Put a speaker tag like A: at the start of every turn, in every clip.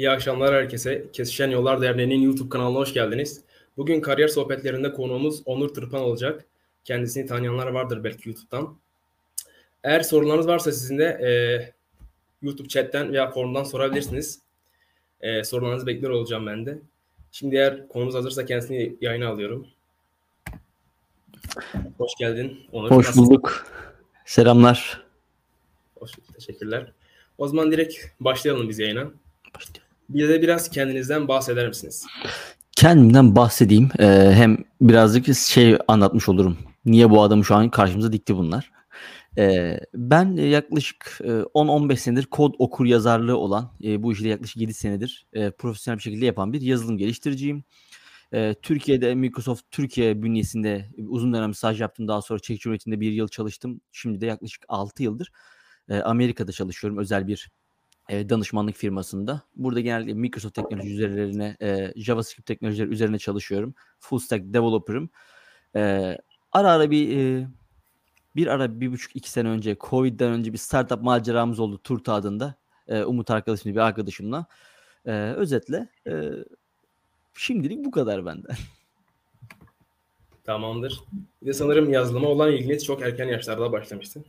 A: İyi akşamlar herkese. Kesişen Yollar Derneği'nin YouTube kanalına hoş geldiniz. Bugün kariyer sohbetlerinde konuğumuz Onur Tırpan olacak. Kendisini tanıyanlar vardır belki YouTube'dan. Eğer sorularınız varsa sizin de YouTube chatten veya forumdan sorabilirsiniz. Sorularınızı bekliyor olacağım ben de. Şimdi eğer konumuz hazırsa kendisini yayına alıyorum. Hoş geldin Onur.
B: Hoş
A: Nasılsın?
B: bulduk. Selamlar.
A: Hoş bulduk. Teşekkürler. O zaman direkt başlayalım biz yayına. Bize biraz kendinizden bahseder misiniz?
B: Kendimden bahsedeyim. Hem birazcık anlatmış olurum. Niye bu adamı şu an karşımıza dikti bunlar? Ben yaklaşık 10-15 senedir kod okur yazarlığı olan, bu işi de yaklaşık 7 senedir profesyonel bir şekilde yapan bir yazılım geliştiriciyim. Türkiye'de Microsoft Türkiye bünyesinde uzun dönem staj yaptım. Daha sonra Çek Cumhuriyeti'nde 1 yıl çalıştım. Şimdi de yaklaşık 6 yıldır Amerika'da çalışıyorum. Özel bir danışmanlık firmasında. Burada genelde Microsoft teknoloji üzerine, JavaScript teknolojileri üzerine çalışıyorum. Full stack developer'ım. Ara ara bir buçuk iki sene önce Covid'den önce bir startup maceramız oldu Turta adında. Umut arkadaşımla bir arkadaşımla. Özetle şimdilik bu kadar benden.
A: Tamamdır. Bir de sanırım yazılıma olan ilginiz çok erken yaşlarda başlamıştı.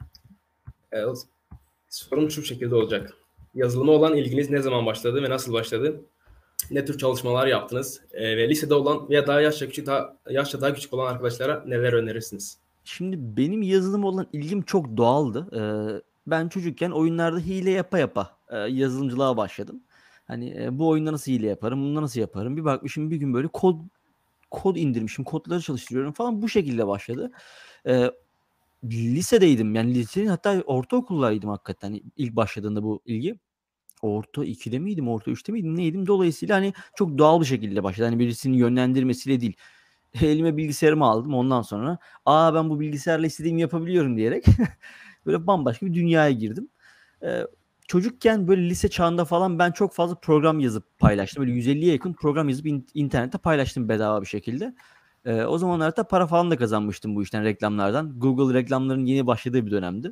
A: Sorum şu şekilde olacak. Yazılıma olan ilginiz ne zaman başladı ve nasıl başladı? Ne tür çalışmalar yaptınız? Ve lisede olan veya daha yaşça daha küçük olan arkadaşlara neler önerirsiniz?
B: Şimdi benim yazılıma olan ilgim çok doğaldı. Ben çocukken oyunlarda hile yapa yapa yazılımcılığa başladım. Hani bu oyunda nasıl hile yaparım, bunu nasıl yaparım? Bir bakmışım bir gün böyle kod indirmişim, kodları çalıştırıyorum falan, bu şekilde başladı. Lisedeydim, yani lisenin hatta ortaokuldaydım hakikaten hani ilk başladığında bu ilgi. Orta 2'de miydim, orta 3'te miydim, neydim? Dolayısıyla hani çok doğal bir şekilde başladı. Hani birisinin yönlendirmesiyle değil. Elime bilgisayarımı aldım, ondan sonra ben bu bilgisayarla istediğimi yapabiliyorum diyerek böyle bambaşka bir dünyaya girdim. Çocukken böyle lise çağında falan ben çok fazla program yazıp paylaştım. Böyle 150'ye yakın program yazıp internette paylaştım bedava bir şekilde. O zamanlarda para falan da kazanmıştım bu işten, reklamlardan. Google reklamlarının yeni başladığı bir dönemdi.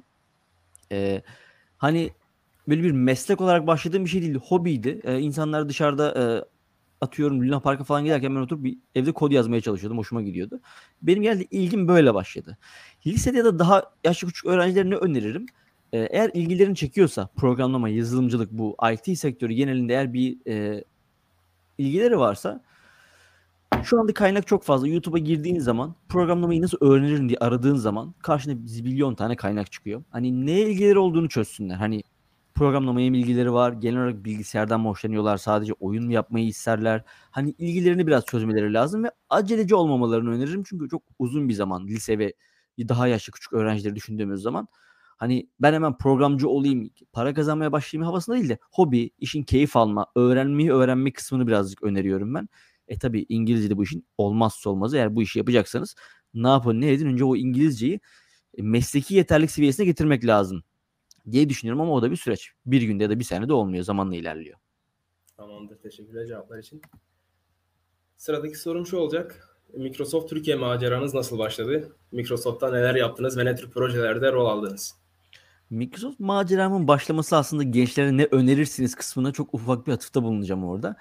B: Hani böyle bir meslek olarak başladığım bir şey değildi. Hobiydi. İnsanlar dışarıda atıyorum Luna Park'a falan giderken ben oturup bir evde kod yazmaya çalışıyordum. Hoşuma gidiyordu. Benim genelde ilgim böyle başladı. Lisede ya da daha yaşlı küçük öğrencilere ne öneririm? Eğer ilgilerini çekiyorsa programlama, yazılımcılık, bu IT sektörü genelinde eğer bir ilgileri varsa, şu anda kaynak çok fazla. YouTube'a girdiğin zaman programlamayı nasıl öğrenirim diye aradığın zaman karşına zibilyon tane kaynak çıkıyor. Hani neye ilgileri olduğunu çözsünler. Hani programlamaya mı ilgileri var? Genel olarak bilgisayardan mı hoşlanıyorlar? Sadece oyun mu yapmayı isterler? Hani ilgilerini biraz çözmeleri lazım ve aceleci olmamalarını öneririm. Çünkü çok uzun bir zaman lise ve daha yaşlı küçük öğrencileri düşündüğümüz zaman hani ben hemen programcı olayım, para kazanmaya başlayayım havasında değil de hobi, işin keyif alma, öğrenme kısmını birazcık öneriyorum ben. Tabii İngilizce de bu işin olmazsa olmazı. Eğer bu işi yapacaksanız ne yapın ne edin, önce o İngilizceyi mesleki yeterlik seviyesine getirmek lazım diye düşünüyorum, ama o da bir süreç. Bir günde ya da bir senede olmuyor. Zamanla ilerliyor.
A: Tamamdır. Teşekkürler cevaplar için. Sıradaki sorum şu olacak. Microsoft Türkiye maceranız nasıl başladı? Microsoft'ta neler yaptınız ve ne tür projelerde rol aldınız?
B: Microsoft maceramın başlaması aslında gençlere ne önerirsiniz kısmına çok ufak bir atıfta bulunacağım orada.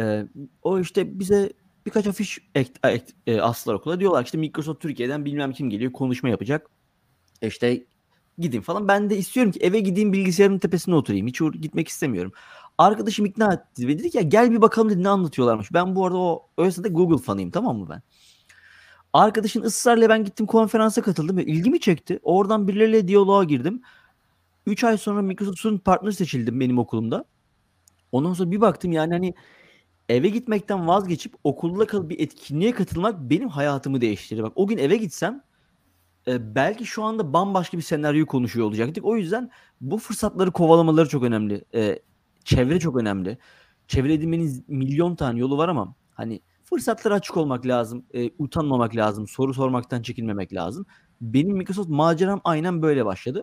B: O işte bize birkaç afiş astılar okula. Diyorlar işte Microsoft Türkiye'den bilmem kim geliyor, konuşma yapacak. İşte gidin falan. Ben de istiyorum ki eve gideyim, bilgisayarın tepesine oturayım. Hiç gitmek istemiyorum. Arkadaşım ikna etti ve dedi ki ya gel bir bakalım dedi, ne anlatıyorlarmış. Ben bu arada o esnada Google fanıyım, tamam mı ben? Arkadaşın ısrarla ben gittim, konferansa katıldım ve ilgimi çekti. Oradan birileriyle diyaloğa girdim. 3 ay sonra Microsoft'un partner seçildim benim okulumda. Ondan sonra bir baktım yani hani eve gitmekten vazgeçip okulda kalıp bir etkinliğe katılmak benim hayatımı değiştirdi. Bak, o gün eve gitsem belki şu anda bambaşka bir senaryoyu konuşuyor olacaktık. O yüzden bu fırsatları kovalamaları çok önemli. Çevre çok önemli. Çevre edinmenin milyon tane yolu var ama hani fırsatlara açık olmak lazım. Utanmamak lazım. Soru sormaktan çekinmemek lazım. Benim Microsoft maceram aynen böyle başladı.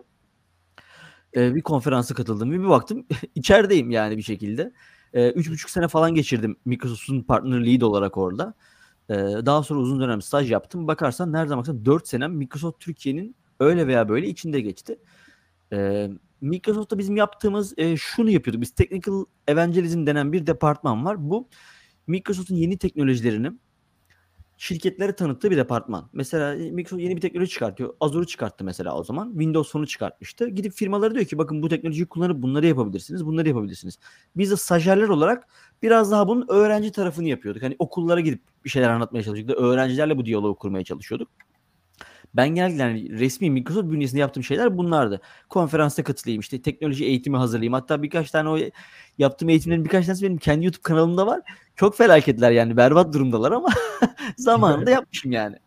B: Bir konferansa katıldım ve bir baktım içerideyim yani bir şekilde. 3,5 sene falan geçirdim Microsoft'un partner lead olarak orada. Daha sonra uzun dönem staj yaptım. Bakarsan nereden baksan 4 senem Microsoft Türkiye'nin öyle veya böyle içinde geçti. Microsoft'ta bizim yaptığımız şunu yapıyorduk. Biz Technical Evangelism denen bir departman var. Bu Microsoft'un yeni teknolojilerini şirketlere tanıttığı bir departman. Mesela Microsoft yeni bir teknoloji çıkartıyor. Azure'u çıkarttı mesela o zaman. Windows Phone'u çıkartmıştı. Gidip firmalara diyor ki bakın bu teknolojiyi kullanıp bunları yapabilirsiniz, bunları yapabilirsiniz. Biz de stajyerler olarak biraz daha bunun öğrenci tarafını yapıyorduk. Hani okullara gidip bir şeyler anlatmaya çalışıyorduk. Öğrencilerle bu diyaloğu kurmaya çalışıyorduk. Ben genellikle yani resmi Microsoft bünyesinde yaptığım şeyler bunlardı. Konferansta katılayım, işte teknoloji eğitimi hazırlayayım. Hatta birkaç tane o yaptığım eğitimlerin birkaç tanesi benim kendi YouTube kanalımda var. Çok felaketler yani, berbat durumdalar ama zamanında yapmışım yani.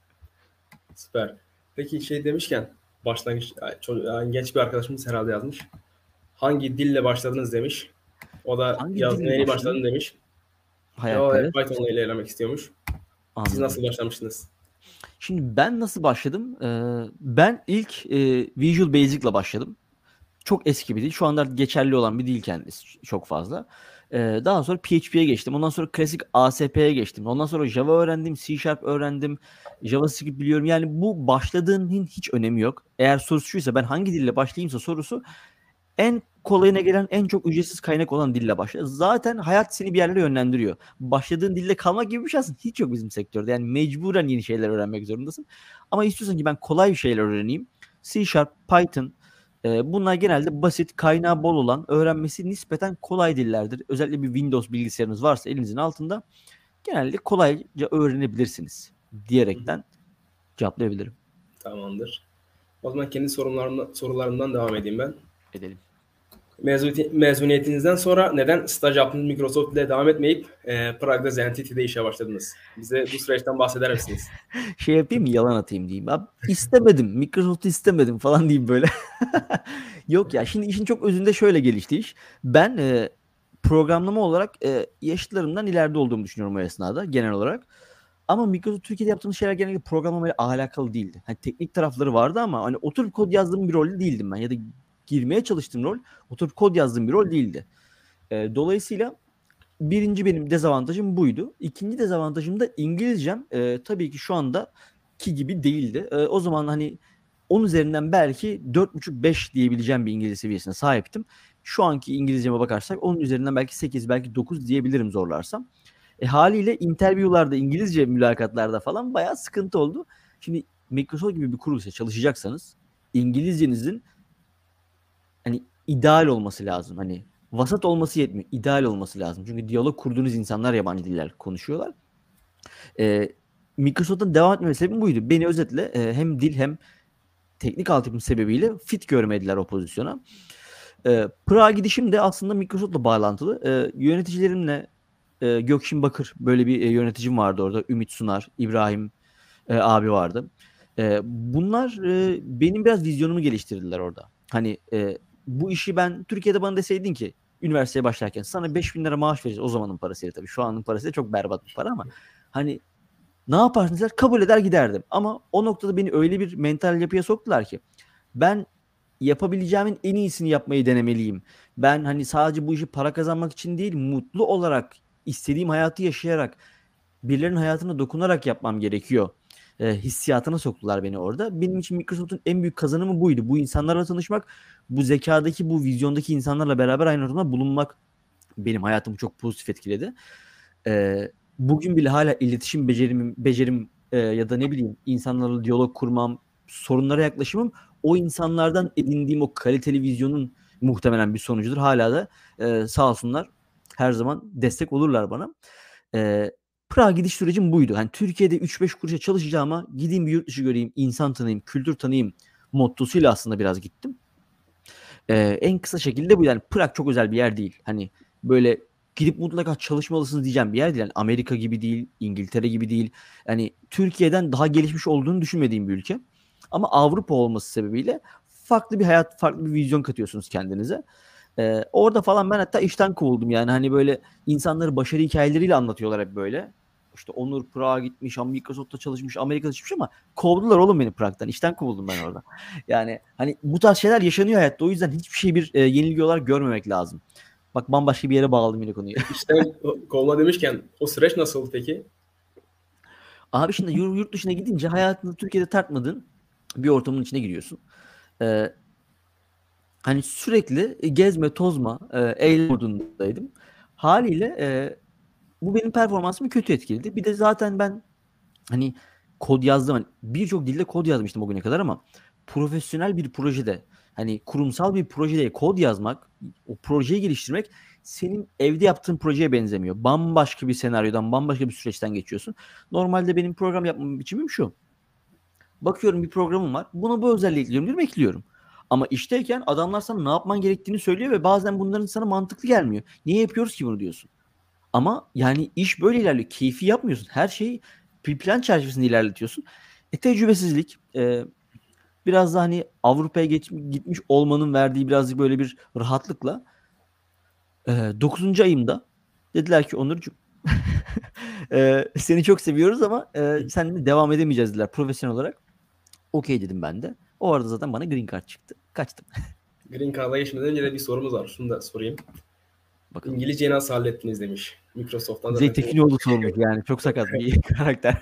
A: Süper. Peki şey demişken başlangıç yani genç bir arkadaşımız herhalde yazmış. Hangi dille başladınız demiş. O da
B: Hangi
A: yazmaya
B: dille
A: yeni
B: başladın?
A: başladım demiş. O
B: Hayalperest.
A: Python'la ilerlemek istiyormuş. Siz
B: Anladım.
A: nasıl başlamıştınız?
B: Şimdi ben nasıl başladım? Ben ilk Visual Basic'la başladım. Çok eski bir dil. Şu anda geçerli olan bir dil kendisi çok fazla. Daha sonra PHP'ye geçtim. Ondan sonra klasik ASP'ye geçtim. Ondan sonra Java öğrendim, C# öğrendim. JavaScript biliyorum. Yani bu başladığının hiç önemi yok. Eğer sorusu şuysa ben hangi dille başlayayımsa sorusu, en kolayına gelen, en çok ücretsiz kaynak olan dille başla. Zaten hayat seni bir yerlere yönlendiriyor. Başladığın dille kalmak gibi bir şey aslında hiç yok bizim sektörde. Yani mecburen yeni şeyler öğrenmek zorundasın. Ama istiyorsan ki ben kolay bir şeyler öğreneyim. C#, Python, bunlar genelde basit, kaynağı bol olan, öğrenmesi nispeten kolay dillerdir. Özellikle bir Windows bilgisayarınız varsa elinizin altında genelde kolayca öğrenebilirsiniz diyerekten cevaplayabilirim.
A: Tamamdır. O zaman kendi sorularımdan devam edeyim ben.
B: Edelim.
A: Mezuniyetinizden sonra neden staj yaptığınız Microsoft ile devam etmeyip Prag'da Zentity'de işe başladınız? Bize bu süreçten bahseder misiniz?
B: Şey yapayım mı, yalan atayım diyeyim. Abi istemedim. Microsoft'u istemedim falan diyeyim böyle. Yok ya, şimdi işin çok özünde şöyle gelişti iş. Ben programlama olarak yaşıtlarımdan ileride olduğumu düşünüyorum o esnada genel olarak. Ama Microsoft Türkiye'de yaptığımız şeyler genellikle programlamayla alakalı değildi. Hani teknik tarafları vardı ama hani oturup kod yazdığım bir rolde değildim ben. Ya da girmeye çalıştığım rol oturup kod yazdığım bir rol değildi. Dolayısıyla birinci benim dezavantajım buydu. İkinci dezavantajım da İngilizcem tabii ki şu andaki gibi değildi. O zaman hani 10 üzerinden belki 4,5-5 diyebileceğim bir İngilizce seviyesine sahiptim. Şu anki İngilizceme bakarsak 10 üzerinden belki 8, belki 9 diyebilirim zorlarsam. Haliyle interview'larda, İngilizce mülakatlarda falan bayağı sıkıntı oldu. Şimdi Microsoft gibi bir kuruluşa çalışacaksanız İngilizcenizin hani ideal olması lazım. Hani vasat olması yetmiyor. İdeal olması lazım. Çünkü diyalog kurduğunuz insanlar yabancı diller konuşuyorlar. Microsoft'un devam etmeme sebebi buydu. Beni özetle hem dil hem teknik altyapım sebebiyle fit görmediler o pozisyona. Prag'a gidişim de aslında Microsoft'la bağlantılı. Yöneticilerimle Gökşin Bakır, böyle bir yöneticim vardı orada. Ümit Sunar, İbrahim abi vardı. Bunlar benim biraz vizyonumu geliştirdiler orada. Hani bu işi ben Türkiye'de bana deseydin ki üniversiteye başlarken sana 5.000 lira maaş vereceğiz. O zamanın parasıyla tabii. Şu anın parasıyla çok berbat bir para ama hani ne yaparsınız der, kabul eder giderdim. Ama o noktada beni öyle bir mental yapıya soktular ki ben yapabileceğimin en iyisini yapmayı denemeliyim. Ben hani sadece bu işi para kazanmak için değil, mutlu olarak, istediğim hayatı yaşayarak, birilerinin hayatına dokunarak yapmam gerekiyor. Hissiyatına soktular beni orada. Benim için Microsoft'un en büyük kazanımı buydu. Bu insanlarla tanışmak, bu zekadaki, bu vizyondaki insanlarla beraber aynı ortamda bulunmak benim hayatımı çok pozitif etkiledi. Bugün bile hala iletişim becerim ya da ne bileyim insanlarla diyalog kurmam, sorunlara yaklaşımım o insanlardan edindiğim o kaliteli vizyonun muhtemelen bir sonucudur. Hala da sağ olsunlar her zaman destek olurlar bana. Prag gidiş sürecim buydu. Hani Türkiye'de 3-5 kuruşa çalışacağıma gideyim bir yurt dışı göreyim, insan tanıyayım, kültür tanıyayım mottosuyla aslında biraz gittim. En kısa şekilde bu, yani Prag çok özel bir yer değil. Hani böyle gidip mutlaka çalışmalısınız diyeceğim bir yer değil. Yani Amerika gibi değil, İngiltere gibi değil. Yani Türkiye'den daha gelişmiş olduğunu düşünmediğim bir ülke. Ama Avrupa olması sebebiyle farklı bir hayat, farklı bir vizyon katıyorsunuz kendinize. Orada falan ben hatta işten kovuldum. Yani hani böyle insanları başarı hikayeleriyle anlatıyorlar hep böyle. İşte Onur Prag'a gitmiş, Microsoft'ta çalışmış, Amerika'da çalışmış ama kovdular oğlum beni Prag'dan. İşten kovuldum ben orada. Yani hani bu tarz şeyler yaşanıyor hayatta. O yüzden hiçbir şey bir yenilgi olarak görmemek lazım. Bak bambaşka bir yere bağladım yine konuyu.
A: İşten kovma demişken o süreç nasıl peki?
B: Abi şimdi yurt dışına gidince hayatında Türkiye'de tartmadığın bir ortamın içine giriyorsun. Ee, Hani sürekli gezme, tozma, eğlence modundaydım. Haliyle bu benim performansımı kötü etkiledi. Bir de zaten ben hani kod yazdım. Hani birçok dilde kod yazmıştım o güne kadar ama profesyonel bir projede, hani kurumsal bir projede kod yazmak, o projeyi geliştirmek senin evde yaptığın projeye benzemiyor. Bambaşka bir senaryodan, bambaşka bir süreçten geçiyorsun. Normalde benim program yapmam biçimim şu. Bakıyorum bir programım var. Buna bu özelliği ekliyorum diyorum, ekliyorum. Ama işteyken adamlar sana ne yapman gerektiğini söylüyor ve bazen bunların sana mantıklı gelmiyor. Niye yapıyoruz ki bunu diyorsun. Ama yani iş böyle ilerliyor. Keyfi yapmıyorsun. Her şeyi bir plan çerçevesinde ilerletiyorsun. Tecrübesizlik, biraz da hani Avrupa'ya gitmiş olmanın verdiği birazcık böyle bir rahatlıkla 9. ayımda dediler ki Onurcuğum seni çok seviyoruz ama seninle devam edemeyeceğiz dediler profesyonel olarak. Okey dedim ben de. O arada zaten bana green card çıktı. Kaçtım.
A: Green Card'a geçmeden önce de bir sorumuz var. Şunu da sorayım.
B: Bakalım.
A: İngilizceyi nasıl hallettiniz demiş. Microsoft'tan
B: Kuzey
A: zaten
B: Tekinoğlu sormuş yani. Çok sakat bir karakter.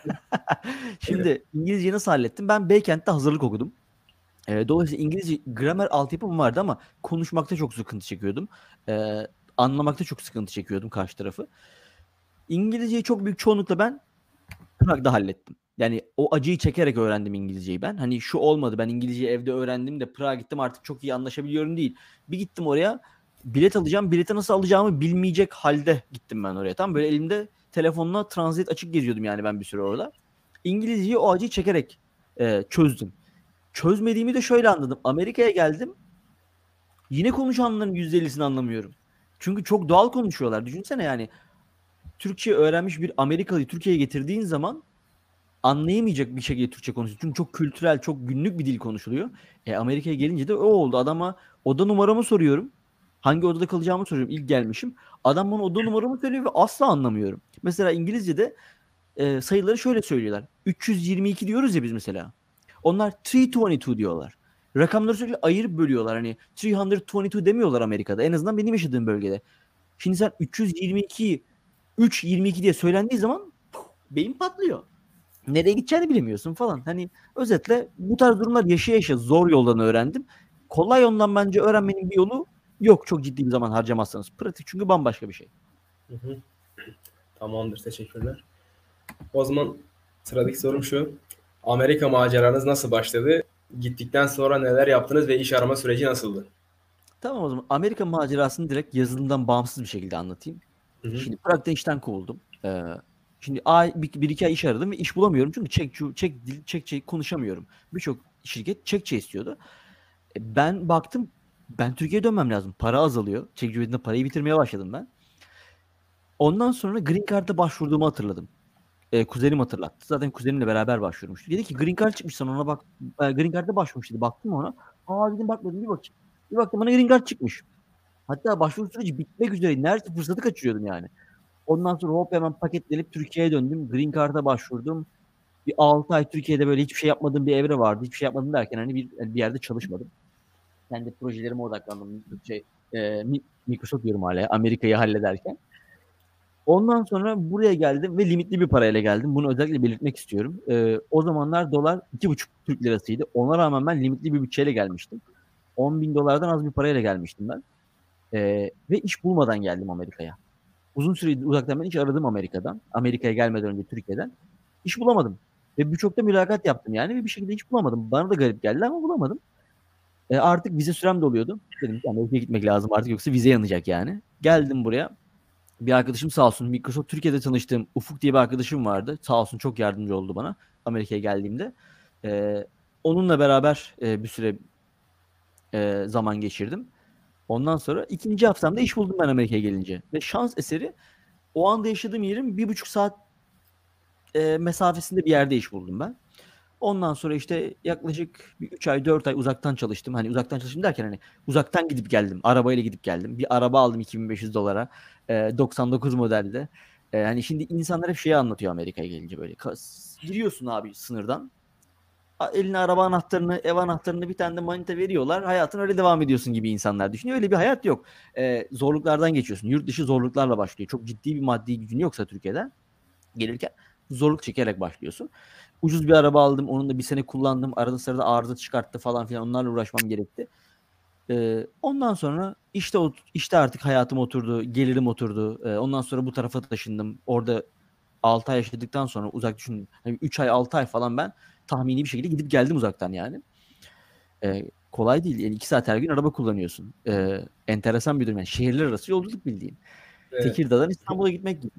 B: Şimdi İngilizceyi nasıl hallettim? Ben Beykent'te hazırlık okudum. Dolayısıyla İngilizce gramer altyapım vardı ama konuşmakta çok sıkıntı çekiyordum. Anlamakta çok sıkıntı çekiyordum karşı tarafı. İngilizceyi çok büyük çoğunlukla ben Prag'da hallettim. Yani o acıyı çekerek öğrendim İngilizceyi ben. Hani şu olmadı, ben İngilizceyi evde öğrendim de Prag'a gittim artık çok iyi anlaşabiliyorum değil. Bir gittim oraya, bilet alacağım. Bileti nasıl alacağımı bilmeyecek halde gittim ben oraya. Tam böyle elimde telefonla translate açık geziyordum yani ben bir süre orada. İngilizceyi o acıyı çekerek çözdüm. Çözmediğimi de şöyle anladım. Amerika'ya geldim. Yine konuşanların %50'sini anlamıyorum. Çünkü çok doğal konuşuyorlar. Düşünsene yani Türkçe öğrenmiş bir Amerikalıyı Türkiye'ye getirdiğin zaman anlayamayacak bir şekilde Türkçe konuşuyor. Çünkü çok kültürel, çok günlük bir dil konuşuluyor. Amerika'ya gelince de o oldu. Adama oda numaramı soruyorum. Hangi odada kalacağımı soruyorum. İlk gelmişim. Adam bana oda numaramı söylüyor ve asla anlamıyorum. Mesela İngilizce'de sayıları şöyle söylüyorlar. 322 diyoruz ya biz mesela. Onlar 322 diyorlar. Rakamları sürekli ayırıp bölüyorlar. Hani 322 demiyorlar Amerika'da. En azından benim yaşadığım bölgede. Şimdi sen 322, 322 diye söylendiği zaman beyin patlıyor. Nereye gideceğini bilemiyorsun falan. Hani özetle bu tarz durumlar yaşa yaşa zor yoldan öğrendim. Kolay yoldan bence öğrenmenin bir yolu yok. Çok ciddi bir zaman harcamazsanız. Pratik çünkü bambaşka bir şey.
A: Hı hı. Tamamdır, teşekkürler. O zaman sıradaki sorum şu. Amerika maceranız nasıl başladı? Gittikten sonra neler yaptınız ve iş arama süreci nasıldı?
B: Tamam, o zaman Amerika macerasını direkt yazılımdan bağımsız bir şekilde anlatayım.
A: Hı hı.
B: Şimdi Prag'da işten kovuldum. Şimdi bir iki ay iş aradım ve iş bulamıyorum çünkü Çekçe konuşamıyorum. Birçok şirket Çekçe istiyordu. Ben baktım, ben Türkiye'ye dönmem lazım. Para azalıyor. Çek Cumhuriyeti'nde parayı bitirmeye başladım ben. Ondan sonra Green Card'a başvurduğumu hatırladım. Kuzenim hatırlattı. Zaten kuzenimle beraber başvurmuştu. Dedi ki Green Card çıkmış, sana ona bak. Green Card'a başvurmuş dedi. Baktım ona. Aa dedim, bakmadım, bir bakayım. Bir baktım bana Green Card çıkmış. Hatta başvuru süreci bitmek üzere. Neredeyse fırsatı kaçırıyordum yani. Ondan sonra hop hemen paketlenip Türkiye'ye döndüm. Green Card'a başvurdum. Bir 6 ay Türkiye'de böyle hiçbir şey yapmadığım bir evre vardı. Hiçbir şey yapmadım derken hani bir yerde çalışmadım. Kendi projelerime odaklandım. Microsoft diyorum hala. Amerika'yı hallederken. Ondan sonra buraya geldim ve limitli bir parayla geldim. Bunu özellikle belirtmek istiyorum. O zamanlar dolar 2,5 Türk lirasıydı. Ona rağmen ben limitli bir bütçeyle gelmiştim. 10 bin dolardan az bir parayla gelmiştim ben. Ve iş bulmadan geldim Amerika'ya. Uzun süre uzaktan ben iş aradım Amerika'dan. Amerika'ya gelmeden önce Türkiye'den. İş bulamadım. Ve birçok da mülakat yaptım yani ve bir şekilde iş bulamadım. Bana da garip geldi ama bulamadım. Artık vize sürem doluyordu. Dedim ki Amerika'ya gitmek lazım artık, yoksa vize yanacak yani. Geldim buraya. Bir arkadaşım sağ olsun, Microsoft Türkiye'de tanıştığım Ufuk diye bir arkadaşım vardı. Sağ olsun çok yardımcı oldu bana Amerika'ya geldiğimde. Onunla beraber bir süre zaman geçirdim. Ondan sonra ikinci haftamda iş buldum ben Amerika'ya gelince. Ve şans eseri o anda yaşadığım yerin 1,5 saat mesafesinde bir yerde iş buldum ben. Ondan sonra işte yaklaşık bir 3 ay 4 ay uzaktan çalıştım. Hani uzaktan çalıştım derken hani uzaktan gidip geldim. Arabayla gidip geldim. Bir araba aldım 2500 dolara. 99 modelde. Hani şimdi insanlar hep şeyi anlatıyor Amerika'ya gelince böyle. Giriyorsun abi sınırdan. Eline araba anahtarını, ev anahtarını, bir tane de manita veriyorlar. Hayatın öyle devam ediyorsun gibi insanlar düşünüyor. Öyle bir hayat yok. Zorluklardan geçiyorsun. Yurt dışı zorluklarla başlıyor. Çok ciddi bir maddi gücün yoksa Türkiye'den gelirken zorluk çekerek başlıyorsun. Ucuz bir araba aldım. Onun da bir sene kullandım. Arada sırada arıza çıkarttı falan filan. Onlarla uğraşmam gerekti. Ondan sonra işte artık hayatım oturdu, gelirim oturdu. Ondan sonra bu tarafa taşındım. Orada 6 ay yaşadıktan sonra uzak düşünün. Hani 3 ay 6 ay falan ben tahmini bir şekilde gidip geldim uzaktan yani. Kolay değil. Yani 2 saat her gün araba kullanıyorsun. Enteresan bir durum. Yani şehirler arası yolculuk bildiğin.
A: Evet.
B: Tekirdağ'dan İstanbul'a gitmek gibi.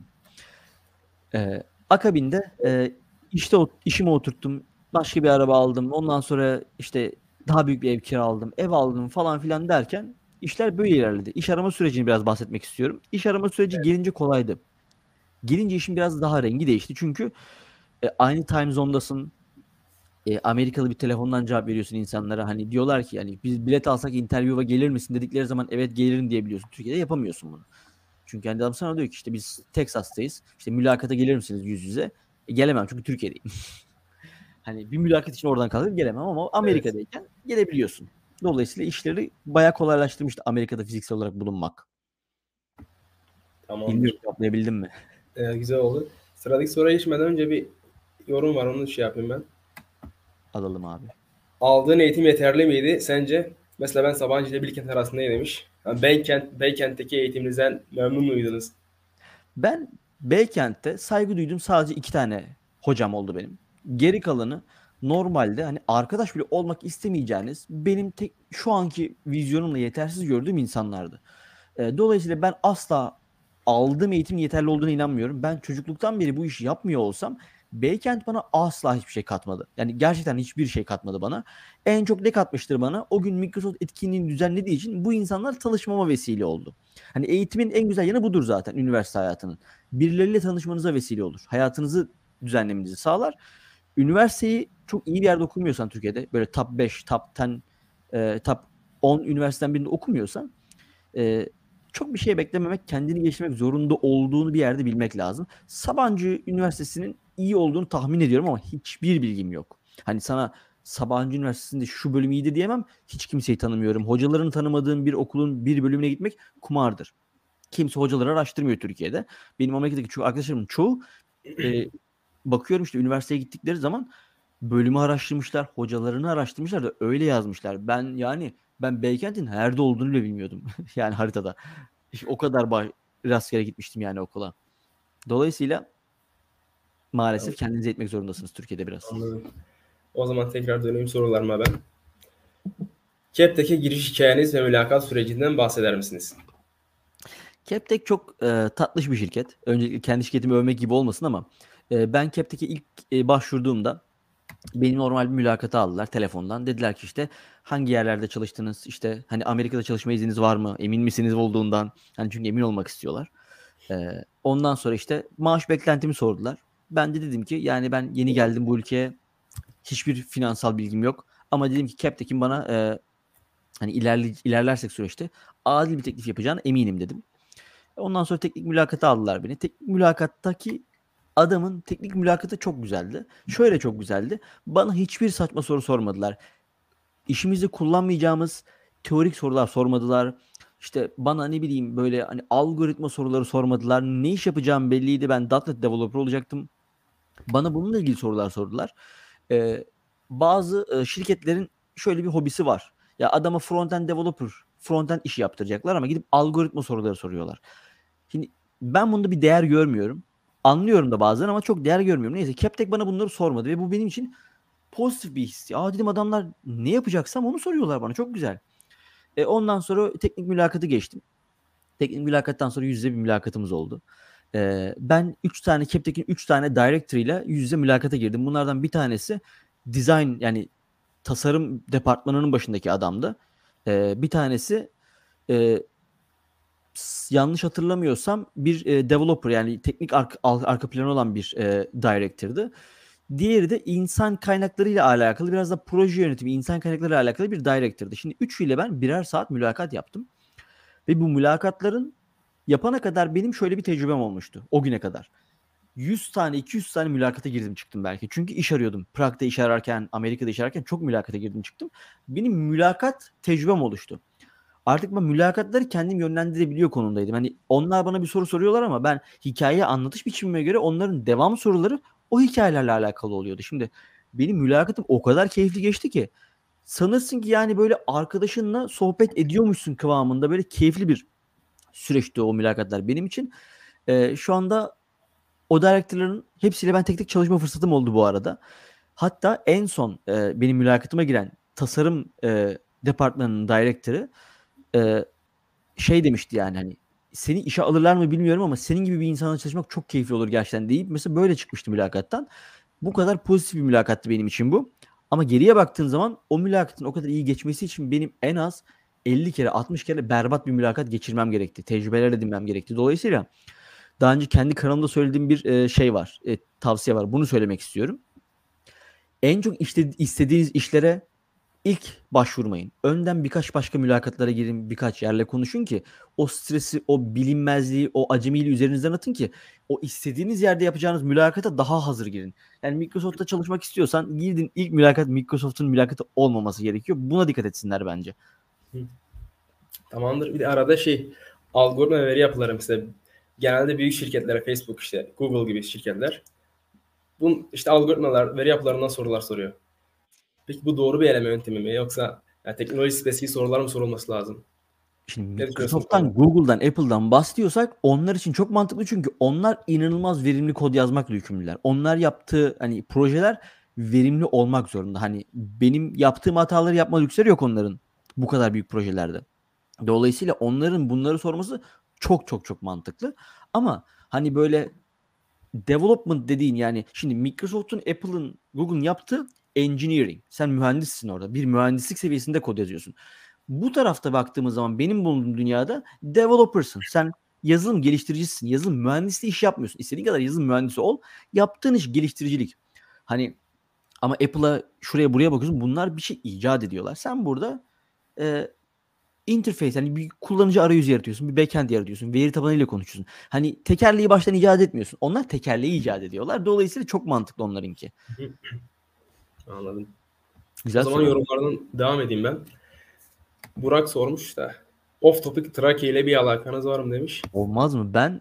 B: Akabinde işte işime oturttum. Başka bir araba aldım. Ondan sonra işte daha büyük bir ev kiraladım. Ev aldım falan filan derken işler böyle ilerledi. İş arama sürecini biraz bahsetmek istiyorum. İş arama süreci gelince kolaydı. Gelince işin biraz daha rengi değişti. Çünkü aynı time zone'dasın. Amerikalı bir telefondan cevap veriyorsun insanlara. Hani diyorlar ki yani biz bilet alsak interview'a gelir misin dedikleri zaman evet gelirim diyebiliyorsun. Türkiye'de yapamıyorsun bunu. Çünkü hani adam sana diyor ki işte biz Texas'tayız. İşte mülakata gelir misiniz yüz yüze? Gelemem çünkü Türkiye'deyim. Hani bir mülakat için oradan kalkıp gelemem ama
A: Evet.
B: Amerika'dayken gelebiliyorsun. Dolayısıyla işleri bayağı kolaylaştırmıştı Amerika'da fiziksel olarak bulunmak.
A: Tamamdır.
B: Bilmiyorum cevaplayabildim mi?
A: Güzel oldu. Sıradaki soruya geçmeden önce bir yorum var. Onu şey yapayım ben.
B: Alalım abi.
A: Aldığın eğitim yeterli miydi sence? Mesela ben Sabancı ile Bilkent arasındayım demiş. Yani Beykent'teki eğitiminizden memnun muydunuz?
B: Ben Beykent'te saygı duyduğum sadece 2 tane hocam oldu benim. Geri kalanı normalde hani arkadaş bile olmak istemeyeceğiniz benim tek şu anki vizyonumla yetersiz gördüğüm insanlardı. Dolayısıyla ben asla aldığım eğitim yeterli olduğuna inanmıyorum. Ben çocukluktan beri bu işi yapmıyor olsam Beykent bana asla hiçbir şey katmadı. Yani gerçekten hiçbir şey katmadı bana. En çok ne katmıştır bana? O gün Microsoft etkinliğini düzenlediği için bu insanlar tanışmama vesile oldu. Hani eğitimin en güzel yanı budur zaten üniversite hayatının. Birileriyle tanışmanıza vesile olur. Hayatınızı düzenlemenizi sağlar. Üniversiteyi çok iyi bir yerde okumuyorsan Türkiye'de böyle top 5, top 10, top 10 üniversiteden birinde okumuyorsan e, çok bir şey beklememek, kendini geliştirmek zorunda olduğunu bir yerde bilmek lazım. Sabancı Üniversitesi'nin iyi olduğunu tahmin ediyorum ama hiçbir bilgim yok. Hani sana Sabancı Üniversitesi'nde şu bölüm iyiydi diyemem. Hiç kimseyi tanımıyorum. Hocalarını tanımadığım bir okulun bir bölümüne gitmek kumardır. Kimse hocaları araştırmıyor Türkiye'de. Benim Amerika'daki arkadaşlarımın çoğu e, bakıyorum işte üniversiteye gittikleri zaman bölümü araştırmışlar, hocalarını araştırmışlar da öyle yazmışlar. Ben Beykent'in nerede olduğunu bile bilmiyordum. Yani haritada. İşte o kadar rastgele gitmiştim yani okula. Dolayısıyla maalesef kendinize etmek zorundasınız Türkiye'de biraz.
A: Anladım. O zaman tekrar döneyim sorularıma ben. Kep'teki giriş hikayeniz ve mülakat sürecinden bahseder misiniz?
B: Captek çok tatlış bir şirket. Öncelikle kendi şirketimi övmek gibi olmasın ama ben Captek'e ilk başvurduğumda beni normal bir mülakata aldılar telefondan. Dediler ki işte hangi yerlerde çalıştınız? İşte hani Amerika'da çalışma izniniz var mı? Emin misiniz olduğundan? Hani çünkü emin olmak istiyorlar. Ondan sonra işte maaş beklentimi sordular. Ben de dedim ki yani ben yeni geldim bu ülkeye. Hiçbir finansal bilgim yok. Ama dedim ki Captek'in bana hani ilerlersek süreçte adil bir teklif yapacağına eminim dedim. Ondan sonra teknik mülakata aldılar beni. Teknik mülakattaki adamın teknik mülakatı çok güzeldi. Şöyle çok güzeldi. Bana hiçbir saçma soru sormadılar. İşimizde kullanmayacağımız teorik sorular sormadılar. İşte bana ne bileyim böyle hani algoritma soruları sormadılar. Ne iş yapacağım belliydi. Ben .NET developer olacaktım. Bana bununla ilgili sorular sordular. Ee, Bazı şirketlerin şöyle bir hobisi var. Ya adama frontend developer, frontend işi yaptıracaklar ama gidip algoritma soruları soruyorlar. Şimdi ben bunda bir değer görmüyorum. Anlıyorum da bazen ama çok değer görmüyorum. Neyse Captek bana bunları sormadı ve bu benim için pozitif bir his. Ya dedim adamlar ne yapacaksam onu soruyorlar bana. Çok güzel. Ondan sonra teknik mülakatı geçtim. Teknik mülakattan sonra yüz yüze bir mülakatımız oldu. Ben 3 tane Captek'in 3 tane director ile yüz yüze mülakata girdim. Bunlardan bir tanesi design yani tasarım departmanının başındaki adamdı. Bir tanesi e, yanlış hatırlamıyorsam bir developer yani teknik arka planı olan bir director'dı. Diğeri de insan kaynakları ile alakalı biraz da proje yönetimi, insan kaynakları ile alakalı bir director'dı. Şimdi üçüyle ben birer saat mülakat yaptım. Ve bu mülakatların yapana kadar benim şöyle bir tecrübem olmuştu. O güne kadar. 100 tane 200 tane mülakata girdim çıktım belki. Çünkü iş arıyordum. Prag'da iş ararken, Amerika'da iş ararken çok mülakata girdim çıktım. Benim mülakat tecrübem oluştu. Artık ben mülakatları kendim yönlendirebiliyor konumdaydım. Hani onlar bana bir soru soruyorlar ama ben hikayeyi anlatış biçimime göre onların devam soruları o hikayelerle alakalı oluyordu. Şimdi benim mülakatım o kadar keyifli geçti ki sanırsın ki yani böyle arkadaşınla sohbet ediyormuşsun kıvamında, böyle keyifli bir süreçti o mülakatlar benim için. Şu anda o director'ların hepsiyle ben tek tek çalışma fırsatım oldu bu arada. Hatta en son benim mülakatıma giren tasarım departmanının director'ı şey demişti, yani hani seni işe alırlar mı bilmiyorum ama senin gibi bir insanla çalışmak çok keyifli olur gerçekten deyip mesela böyle çıkmıştı mülakattan. Bu kadar pozitif bir mülakattı benim için bu. Ama geriye baktığın zaman o mülakatın o kadar iyi geçmesi için benim en az 50 kere 60 kere berbat bir mülakat geçirmem gerekti. Tecrübeler edinmem gerekti. Dolayısıyla daha önce kendi kanalımda söylediğim bir şey var. Tavsiye var. Bunu söylemek istiyorum. En çok istediğiniz işlere İlk başvurmayın. Önden birkaç başka mülakatlara girin, birkaç yerle konuşun ki o stresi, o bilinmezliği, o acemiliği üzerinizden atın ki o istediğiniz yerde yapacağınız mülakata daha hazır girin. Yani Microsoft'ta çalışmak istiyorsan girdin, ilk mülakat Microsoft'un mülakatı olmaması gerekiyor. Buna dikkat etsinler bence.
A: Tamamdır. Bir de arada algoritma ve veri yapıları mesela genelde büyük şirketlere, Facebook, işte Google gibi şirketler işte algoritmalar, veri yapılarından sorular soruyor. Peki bu doğru bir eleme yöntemi mi, yoksa yani teknoloji spesifik sorular mı sorulması lazım?
B: Şimdi
A: Ne düşünüyorsun bu
B: Microsoft'tan,
A: konuda?
B: Google'dan, Apple'dan bahsediyorsak onlar için çok mantıklı, çünkü onlar inanılmaz verimli kod yazmakla yükümlüler. Onlar yaptığı hani projeler verimli olmak zorunda. Hani benim yaptığım hataları yapma lüksleri yok onların bu kadar büyük projelerde. Dolayısıyla onların bunları sorması çok çok çok mantıklı. Ama hani böyle development dediğin, yani şimdi Microsoft'un, Apple'ın, Google'ın yaptığı engineering. Sen mühendissin orada. Bir mühendislik seviyesinde kod yazıyorsun. Bu tarafta baktığımız zaman benim bulunduğum dünyada developer'sın. Sen yazılım geliştiricisin. Yazılım mühendisliği iş yapmıyorsun. İstediğin kadar yazılım mühendisi ol. Yaptığın iş geliştiricilik. Hani ama Apple'a, şuraya buraya bakıyorsun. Bunlar bir şey icat ediyorlar. Sen burada e, interface, hani bir kullanıcı arayüzü yaratıyorsun. Bir backend yaratıyorsun. Veri tabanıyla konuşuyorsun. Hani tekerleği baştan icat etmiyorsun. Onlar tekerleği icat ediyorlar. Dolayısıyla çok mantıklı onlarınki.
A: Anladım. O
B: Güzel
A: zaman
B: soru.
A: yorumlardan devam edeyim ben. Burak sormuş da off topic, Trakya ile bir alakanız var mı demiş.
B: Olmaz mı? Ben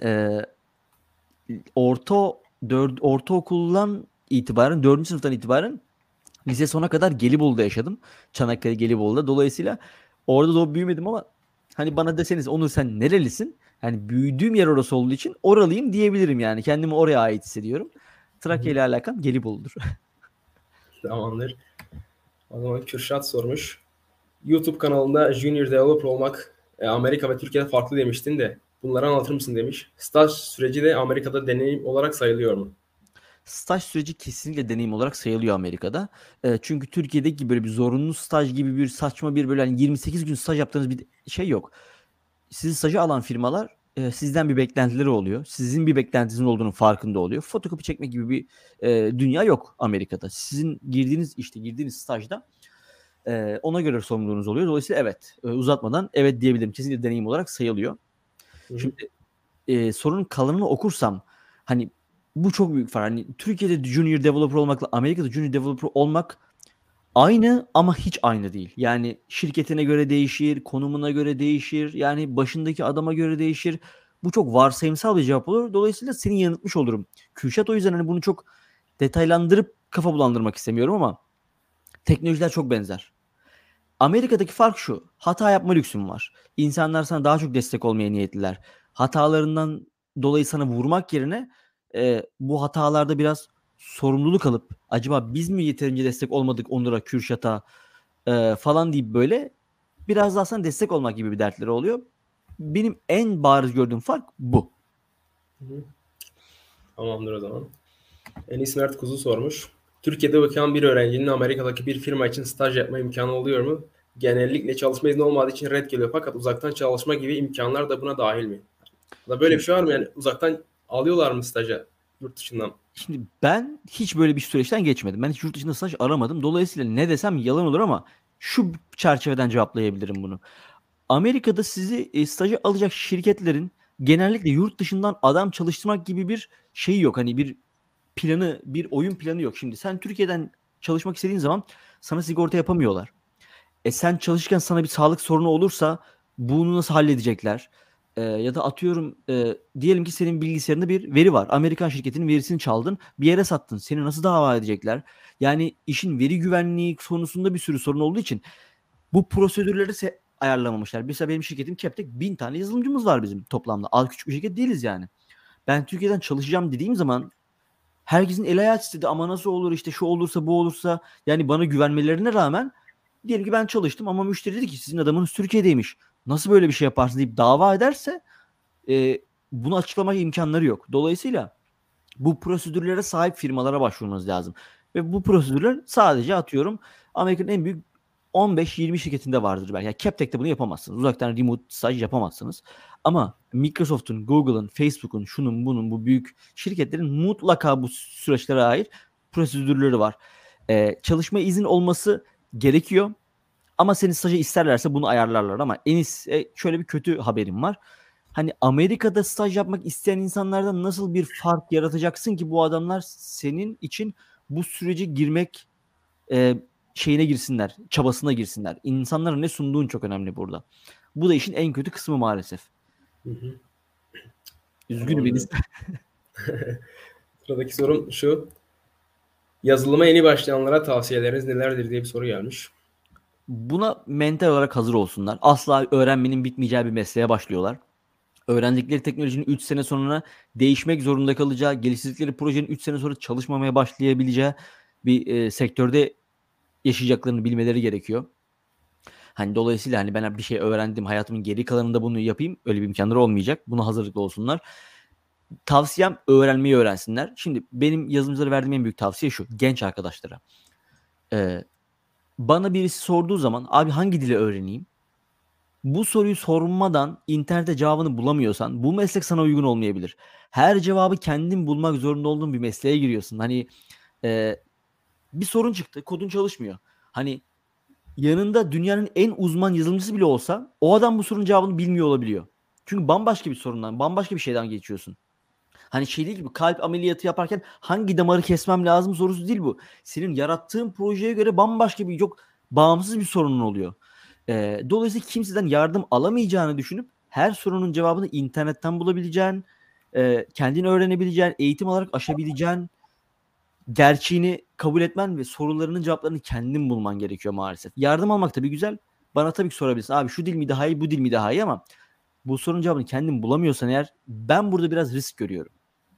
B: ortaokuldan itibaren, 4. sınıftan itibaren lise sona kadar Gelibolu'da yaşadım. Çanakkale Gelibolu'da. Dolayısıyla orada doğup büyümedim ama hani bana deseniz Onur sen nerelisin? Yani büyüdüğüm yer orası olduğu için oralıyım diyebilirim yani. Kendimi oraya ait hissediyorum. Trakya ile alakam Gelibolu'dur.
A: Tamamdır. O zaman Kürşat sormuş. YouTube kanalında junior developer olmak Amerika ve Türkiye'de farklı demiştin de bunları anlatır mısın demiş. Staj süreci de Amerika'da deneyim olarak sayılıyor mu?
B: Staj süreci kesinlikle deneyim olarak sayılıyor Amerika'da. Çünkü Türkiye'deki gibi böyle bir zorunlu staj gibi bir saçma bir böyle hani 28 gün staj yaptığınız bir şey yok. Sizi staja alan firmalar sizden bir beklentileri oluyor. Sizin bir beklentinizin olduğunun farkında oluyor. Fotokopi çekmek gibi bir dünya yok Amerika'da. Sizin girdiğiniz stajda ona göre sorumluluğunuz oluyor. Dolayısıyla evet, uzatmadan evet diyebilirim. Kesinlikle deneyim olarak sayılıyor.
A: Hı hı.
B: Şimdi sorunun kalanını okursam hani bu çok büyük fark. Hani Türkiye'de junior developer olmakla Amerika'da junior developer olmak aynı ama hiç aynı değil. Yani şirketine göre değişir, konumuna göre değişir. Yani başındaki adama göre değişir. Bu çok varsayımsal bir cevap olur. Dolayısıyla seni yanıltmış olurum. Kürşat, o yüzden hani bunu çok detaylandırıp kafa bulandırmak istemiyorum ama teknolojiler çok benzer. Amerika'daki fark şu: hata yapma lüksün var. İnsanlar sana daha çok destek olmaya niyetliler. Hatalarından dolayı sana vurmak yerine bu hatalarda biraz sorumluluk alıp acaba biz mi yeterince destek olmadık Onur'a, Kürşat'a falan deyip böyle biraz daha sana destek olmak gibi bir dertleri oluyor. Benim en bariz gördüğüm fark bu.
A: Tamamdır o zaman. Enis Mert Kuzu sormuş. Türkiye'de okuyan bir öğrencinin Amerika'daki bir firma için staj yapma imkanı oluyor mu? Genellikle çalışma izni olmadığı için red geliyor, fakat uzaktan çalışma gibi imkanlar da buna dahil mi? Da böyle bir
B: Şimdi,
A: şey var mı, yani uzaktan alıyorlar mı staja yurt dışından?
B: şimdi ben hiç böyle bir süreçten geçmedim. Ben hiç yurt dışında staj aramadım. Dolayısıyla ne desem yalan olur ama şu çerçeveden cevaplayabilirim bunu. Amerika'da sizi staja alacak şirketlerin genellikle yurt dışından adam çalıştırmak gibi bir şeyi yok. Hani bir planı, bir oyun planı yok. Şimdi sen Türkiye'den çalışmak istediğin zaman sana sigorta yapamıyorlar. Sen çalışırken sana bir sağlık sorunu olursa bunu nasıl halledecekler? Ya da atıyorum diyelim ki senin bilgisayarında bir veri var. Amerikan şirketinin verisini çaldın, bir yere sattın. Seni nasıl dava edecekler? Yani işin veri güvenliği konusunda bir sürü sorun olduğu için bu prosedürleri ayarlamamışlar. Mesela benim şirketim Captek 1000 tane yazılımcımız var bizim toplamda. Az küçük bir şirket değiliz yani. Ben Türkiye'den çalışacağım dediğim zaman herkesin el ayağı titredi. Ama nasıl olur, işte şu olursa bu olursa, yani bana güvenmelerine rağmen diyelim ki ben çalıştım ama müşteri dedi ki sizin adamınız Türkiye'deymiş. Nasıl böyle bir şey yaparsın deyip dava ederse bunu açıklamak imkanları yok. Dolayısıyla bu prosedürlere sahip firmalara başvurmanız lazım. Ve bu prosedürler sadece atıyorum Amerika'nın en büyük 15-20 şirketinde vardır belki. Yani Captek'te bunu yapamazsınız. Uzaktan remote staj yapamazsınız. Ama Microsoft'un, Google'ın, Facebook'un, şunun bunun, bu büyük şirketlerin mutlaka bu süreçlere ait prosedürleri var. Çalışma izin olması gerekiyor. Ama seni staja isterlerse bunu ayarlarlar. Ama şöyle bir kötü haberim var. Hani Amerika'da staj yapmak isteyen insanlardan nasıl bir fark yaratacaksın ki bu adamlar senin için bu sürece girmek şeyine girsinler, çabasına girsinler. İnsanlara ne sunduğun çok önemli burada. Bu da işin en kötü kısmı maalesef.
A: Hı hı.
B: Üzgünüm Enis.
A: Sıradaki sorum şu. Yazılıma yeni başlayanlara tavsiyeleriniz nelerdir diye bir soru gelmiş.
B: Buna mental olarak hazır olsunlar. Asla öğrenmenin bitmeyeceği bir mesleğe başlıyorlar. Öğrendikleri teknolojinin 3 sene sonra değişmek zorunda kalacağı, geliştirdikleri projenin 3 sene sonra çalışmamaya başlayabileceği bir sektörde yaşayacaklarını bilmeleri gerekiyor. Hani dolayısıyla hani ben bir şey öğrendim, hayatımın geri kalanında bunu yapayım, öyle bir imkanları olmayacak. Buna hazırlıklı olsunlar. Tavsiyem öğrenmeyi öğrensinler. Şimdi benim yazılımcılara verdiğim en büyük tavsiye şu: genç arkadaşlara. Bana birisi sorduğu zaman abi hangi dili öğreneyim? Bu soruyu sormadan internette cevabını bulamıyorsan bu meslek sana uygun olmayabilir. Her cevabı kendin bulmak zorunda olduğun bir mesleğe giriyorsun. Hani bir sorun çıktı, kodun çalışmıyor. Hani yanında dünyanın en uzman yazılımcısı bile olsa o adam bu sorunun cevabını bilmiyor olabiliyor. Çünkü bambaşka bir sorundan, bambaşka bir şeyden geçiyorsun. Hani şey değil gibi, kalp ameliyatı yaparken hangi damarı kesmem lazım sorusu değil bu. Senin yarattığın projeye göre bambaşka bir, çok bağımsız bir sorunun oluyor. Dolayısıyla kimseden yardım alamayacağını düşünüp her sorunun cevabını internetten bulabileceğin, kendin öğrenebileceğin, eğitim alarak aşabileceğin, gerçeğini kabul etmen ve sorularının cevaplarını kendin bulman gerekiyor maalesef. Yardım almak tabii güzel. Bana tabii ki sorabilirsin. Abi şu dil mi daha iyi, bu dil mi daha iyi, ama bu sorunun cevabını kendin bulamıyorsan eğer, ben burada biraz risk görüyorum.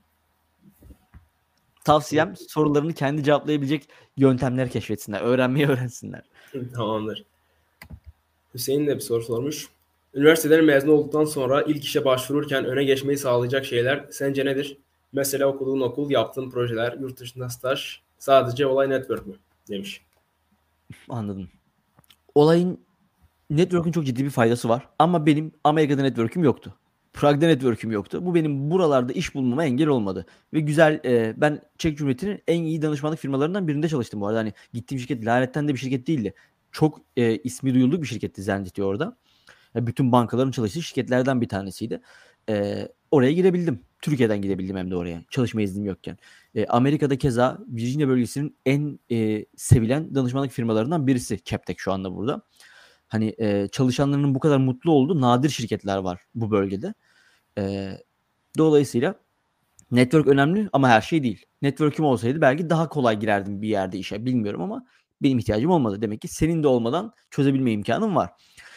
B: Tavsiyem sorularını kendi cevaplayabilecek yöntemler keşfetsinler. Öğrenmeyi öğrensinler.
A: Tamamdır. Hüseyin de bir soru sormuş. Üniversiteden mezun olduktan sonra ilk işe başvururken öne geçmeyi sağlayacak şeyler sence nedir? Mesela okuduğun okul, yaptığın projeler, yurt dışında staj, sadece olay network mü? Demiş.
B: Anladım. Olayın, network'ün çok ciddi bir faydası var. Ama benim Amerika'da network'üm yoktu. Prag'da network'üm yoktu. Bu benim buralarda iş bulmama engel olmadı. Ve güzel, ben Çek Cumhuriyeti'nin en iyi danışmanlık firmalarından birinde çalıştım bu arada. Hani gittiğim şirket lanetten de bir şirket değildi. Çok ismi duyulduk bir şirketti Zendesk orada. Bütün bankaların çalıştığı şirketlerden bir tanesiydi. Oraya girebildim. Türkiye'den gidebildim hem de oraya. Çalışma iznim yokken. Amerika'da keza Virginia bölgesinin en sevilen danışmanlık firmalarından birisi Captek şu anda burada. Hani çalışanlarının bu kadar mutlu olduğu nadir şirketler var bu bölgede. Dolayısıyla network önemli ama her şey değil. Network'üm olsaydı belki daha kolay girerdim bir yerde işe. Bilmiyorum ama benim ihtiyacım olmadı. Demek ki senin de olmadan çözebilme imkanın var.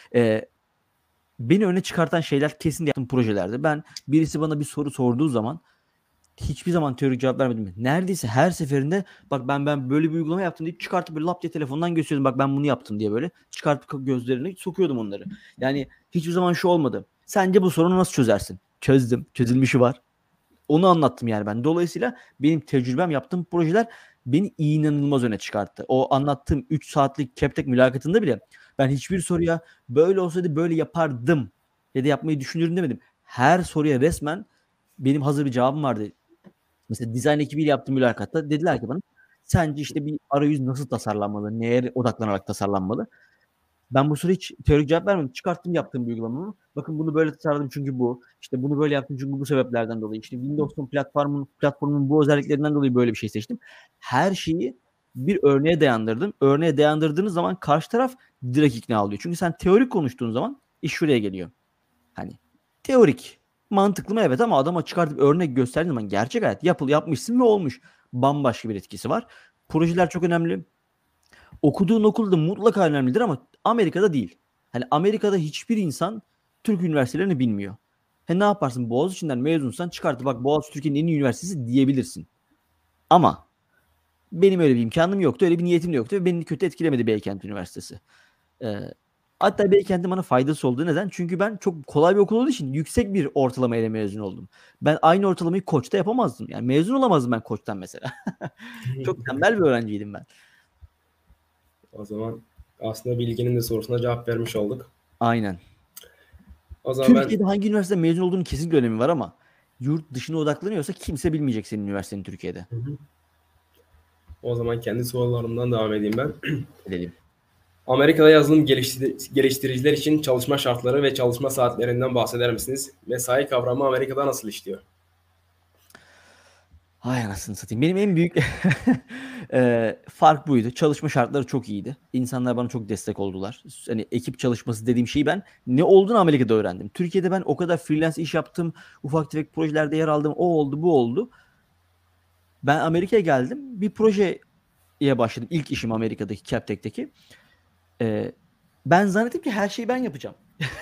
B: Beni öne çıkartan şeyler kesin yaptığım projelerde. Ben birisi bana bir soru sorduğu zaman hiçbir zaman teorik cevap vermedim. Neredeyse her seferinde bak ben böyle bir uygulama yaptım deyip çıkartıp böyle lap diye telefondan gösteriyordum. Bak ben bunu yaptım diye böyle çıkartıp gözlerine sokuyordum onları. Yani hiçbir zaman şu olmadı: sence bu sorunu nasıl çözersin? Çözdüm. Çözülmüşü var. Onu anlattım yani ben. Dolayısıyla benim tecrübem, yaptığım projeler beni inanılmaz öne çıkarttı. O anlattığım 3 saatlik Captek mülakatında bile ben hiçbir soruya böyle olsaydı böyle yapardım ya da yapmayı düşünürüm demedim. Her soruya resmen benim hazır bir cevabım vardı. Mesela dizayn ekibiyle yaptığım mülakatta dediler ki bana, sence işte bir arayüz nasıl tasarlanmalı, neye odaklanarak tasarlanmalı? Ben bu soruya hiç teorik cevap vermedim. Çıkarttım yaptığım bir uygulamamı. Bakın bunu böyle tasarladım çünkü bu. İşte bunu böyle yaptım çünkü bu sebeplerden dolayı. İşte Windows'un platformun bu özelliklerinden dolayı böyle bir şey seçtim. Her şeyi bir örneğe dayandırdım. Örneğe dayandırdığınız zaman karşı taraf direkt ikna oluyor. Çünkü sen teorik konuştuğun zaman iş şuraya geliyor. Hani teorik. Mantıklı mı? Evet, ama adama çıkartıp örnek gösterdiğin zaman gerçek hayat yapmışsın ve olmuş. Bambaşka bir etkisi var. Projeler çok önemli. Okuduğun okul da mutlaka önemlidir ama Amerika'da değil. Hani Amerika'da hiçbir insan Türk üniversitelerini bilmiyor. Ne yaparsın? Boğaziçi'nden mezunsan çıkartıp bak Boğaziçi Türkiye'nin en iyi üniversitesi diyebilirsin. Ama benim öyle bir imkanım yoktu. Öyle bir niyetim de yoktu. Ve beni kötü etkilemedi Beykent Üniversitesi. Ee, Hatta Beykent'in bana faydası oldu. Neden? Çünkü ben çok kolay bir okul olduğu için yüksek bir ortalama ile mezun oldum. Ben aynı ortalamayı Koç'ta yapamazdım. Yani mezun olamazdım ben Koç'tan mesela. Çok tembel bir öğrenciydim ben.
A: O zaman aslında Bilge'nin de sorusuna cevap vermiş olduk.
B: Aynen.
A: O zaman ben
B: Türkiye'de hangi üniversitede mezun olduğunun kesin bir önemi var ama yurt dışına odaklanıyorsa kimse bilmeyecek senin üniversitenin Türkiye'de.
A: o zaman kendi sorularımdan devam edeyim ben.
B: Edelim.
A: Amerika'da yazılım geliştiriciler için çalışma şartları ve çalışma saatlerinden bahseder misiniz? Mesai kavramı Amerika'da nasıl işliyor?
B: Hay anasını satayım. Benim en büyük fark buydu. Çalışma şartları çok iyiydi. İnsanlar bana çok destek oldular. Hani ekip çalışması dediğim şeyi ben ne olduğunu Amerika'da öğrendim. Türkiye'de ben o kadar freelance iş yaptım. Ufak tefek projelerde yer aldım. O oldu, bu oldu. Ben Amerika'ya geldim. Bir projeye başladım. İlk işim Amerika'daki Captek'teki. Ben zannettim ki her şeyi ben yapacağım.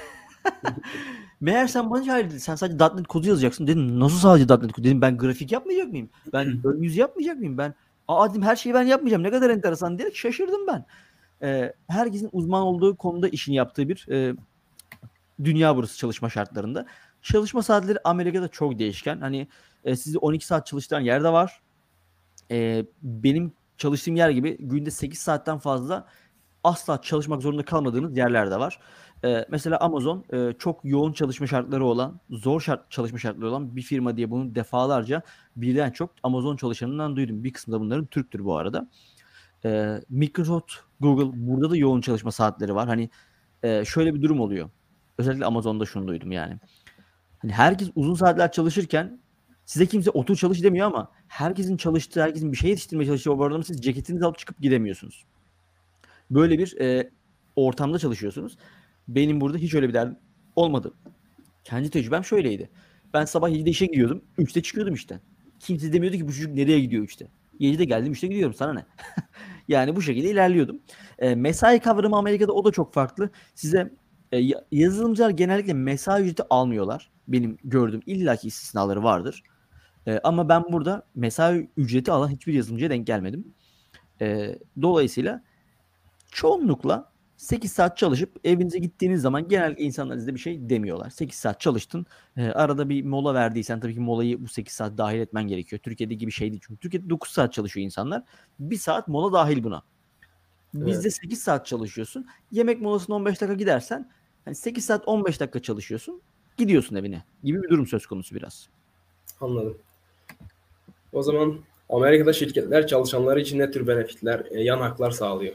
B: Meğer sen bana hayır dedin. Sen sadece .NET kodu yazacaksın. Dedim nasıl sadece .NET kodu? Dedim ben grafik yapmayacak mıyım? Ben ön yüz yapmayacak mıyım? Dedim her şeyi ben yapmayacağım. Ne kadar enteresan diyerek şaşırdım ben. Herkesin uzman olduğu konuda işini yaptığı bir dünya burası çalışma şartlarında. Çalışma saatleri Amerika'da çok değişken. Hani sizi 12 saat çalıştıran yer de var. Benim çalıştığım yer gibi günde 8 saatten fazla asla çalışmak zorunda kalmadığınız yerler de var. Mesela Amazon çok yoğun çalışma şartları olan, çalışma şartları olan bir firma diye bunu defalarca birden çok Amazon çalışanından duydum. Bir kısmı da bunların Türktür bu arada. Microsoft, Google burada da yoğun çalışma saatleri var. Hani şöyle bir durum oluyor. Özellikle Amazon'da şunu duydum yani. Hani herkes uzun saatler çalışırken size kimse otur çalış demiyor ama herkesin çalıştığı, herkesin bir şey yetiştirmeye çalıştığı o ortamda siz ceketinizi alıp çıkıp gidemiyorsunuz. Böyle bir ortamda çalışıyorsunuz. Benim burada hiç öyle bir derdim olmadı. Kendi tecrübem şöyleydi. Ben sabah 7'de işe gidiyordum. 3'te çıkıyordum işte. Kimse demiyordu ki bu çocuk nereye gidiyor 3'te. 7'de geldim 3'te gidiyorum, sana ne? Yani bu şekilde ilerliyordum. Mesai kavramı Amerika'da o da çok farklı. Size yazılımcılar genellikle mesai ücreti almıyorlar. Benim gördüğüm illaki istisnaları vardır. Ama ben burada mesai ücreti alan hiçbir yazılımcıya denk gelmedim. Dolayısıyla çoğunlukla 8 saat çalışıp evinize gittiğiniz zaman genellikle insanlar size bir şey demiyorlar. 8 saat çalıştın. Arada bir mola verdiysen tabii ki molayı bu 8 saat dahil etmen gerekiyor. Türkiye'de gibi şey değil. Çünkü Türkiye'de 9 saat çalışıyor insanlar. 1 saat mola dahil buna. Bizde
A: Evet,
B: 8 saat çalışıyorsun. Yemek molasına 15 dakika gidersen hani 8 saat 15 dakika çalışıyorsun. Gidiyorsun evine gibi bir durum söz konusu biraz.
A: anladım. O zaman Amerika'da şirketler çalışanları için ne tür benefitler, yan haklar sağlıyor?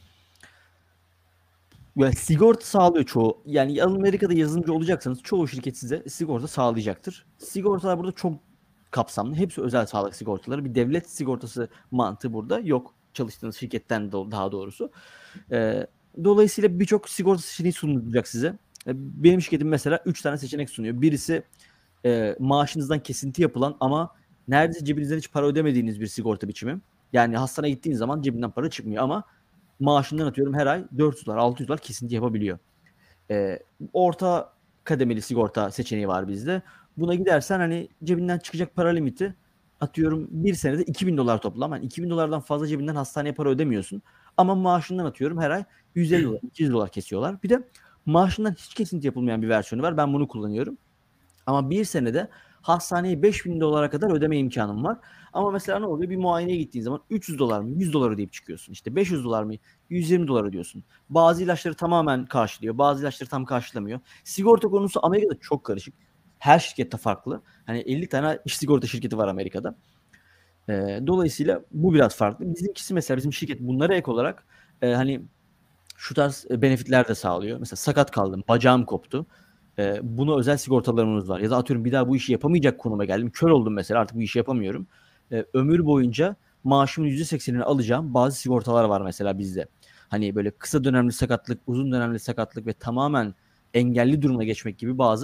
B: Yani sigorta sağlıyor çoğu. Yani Amerika'da yazılımcı olacaksanız çoğu şirket size sigorta sağlayacaktır. Sigortalar burada çok kapsamlı. Hepsi özel sağlık sigortaları. Bir devlet sigortası mantığı burada yok. Çalıştığınız şirketten daha doğrusu. Dolayısıyla birçok sigorta seçeneği sunulacak size. Benim şirketim mesela 3 tane seçenek sunuyor. Birisi maaşınızdan kesinti yapılan ama neredeyse cebinizden hiç para ödemediğiniz bir sigorta biçimi. Yani hastaneye gittiğiniz zaman cebinden para çıkmıyor ama maaşından atıyorum her ay $400 $600 kesinti yapabiliyor. Ee, Orta kademeli sigorta seçeneği var bizde. Buna gidersen hani cebinden çıkacak para limiti atıyorum bir senede $2000 toplam. Yani $2000'dan fazla cebinden hastaneye para ödemiyorsun. Ama maaşından atıyorum her ay $150 $200 kesiyorlar. Bir de maaşından hiç kesinti yapılmayan bir versiyonu var. Ben bunu kullanıyorum. Ama bir senede hastaneye $5000'a kadar ödeme imkanım var. Ama mesela ne oluyor? Bir muayeneye gittiğin zaman $300 mı $100 ödeyip çıkıyorsun. İşte $500 mı $120 ödüyorsun. Bazı ilaçları tamamen karşılıyor. Bazı ilaçları tam karşılamıyor. Sigorta konusu Amerika'da çok karışık. Her şirkette farklı. Hani 50 tane iş sigorta şirketi var Amerika'da. Dolayısıyla bu biraz farklı. Bizimkisi mesela bizim şirket bunlara ek olarak hani şu tarz benefitler de sağlıyor. Mesela sakat kaldım, bacağım koptu. Buna özel sigortalarımız var. Ya da atıyorum bir daha bu işi yapamayacak konuma geldim. Kör oldum mesela, artık bu işi yapamıyorum. Ömür boyunca maaşımın %80'ini alacağım bazı sigortalar var mesela bizde. Hani böyle kısa dönemli sakatlık, uzun dönemli sakatlık ve tamamen engelli durumuna geçmek gibi bazı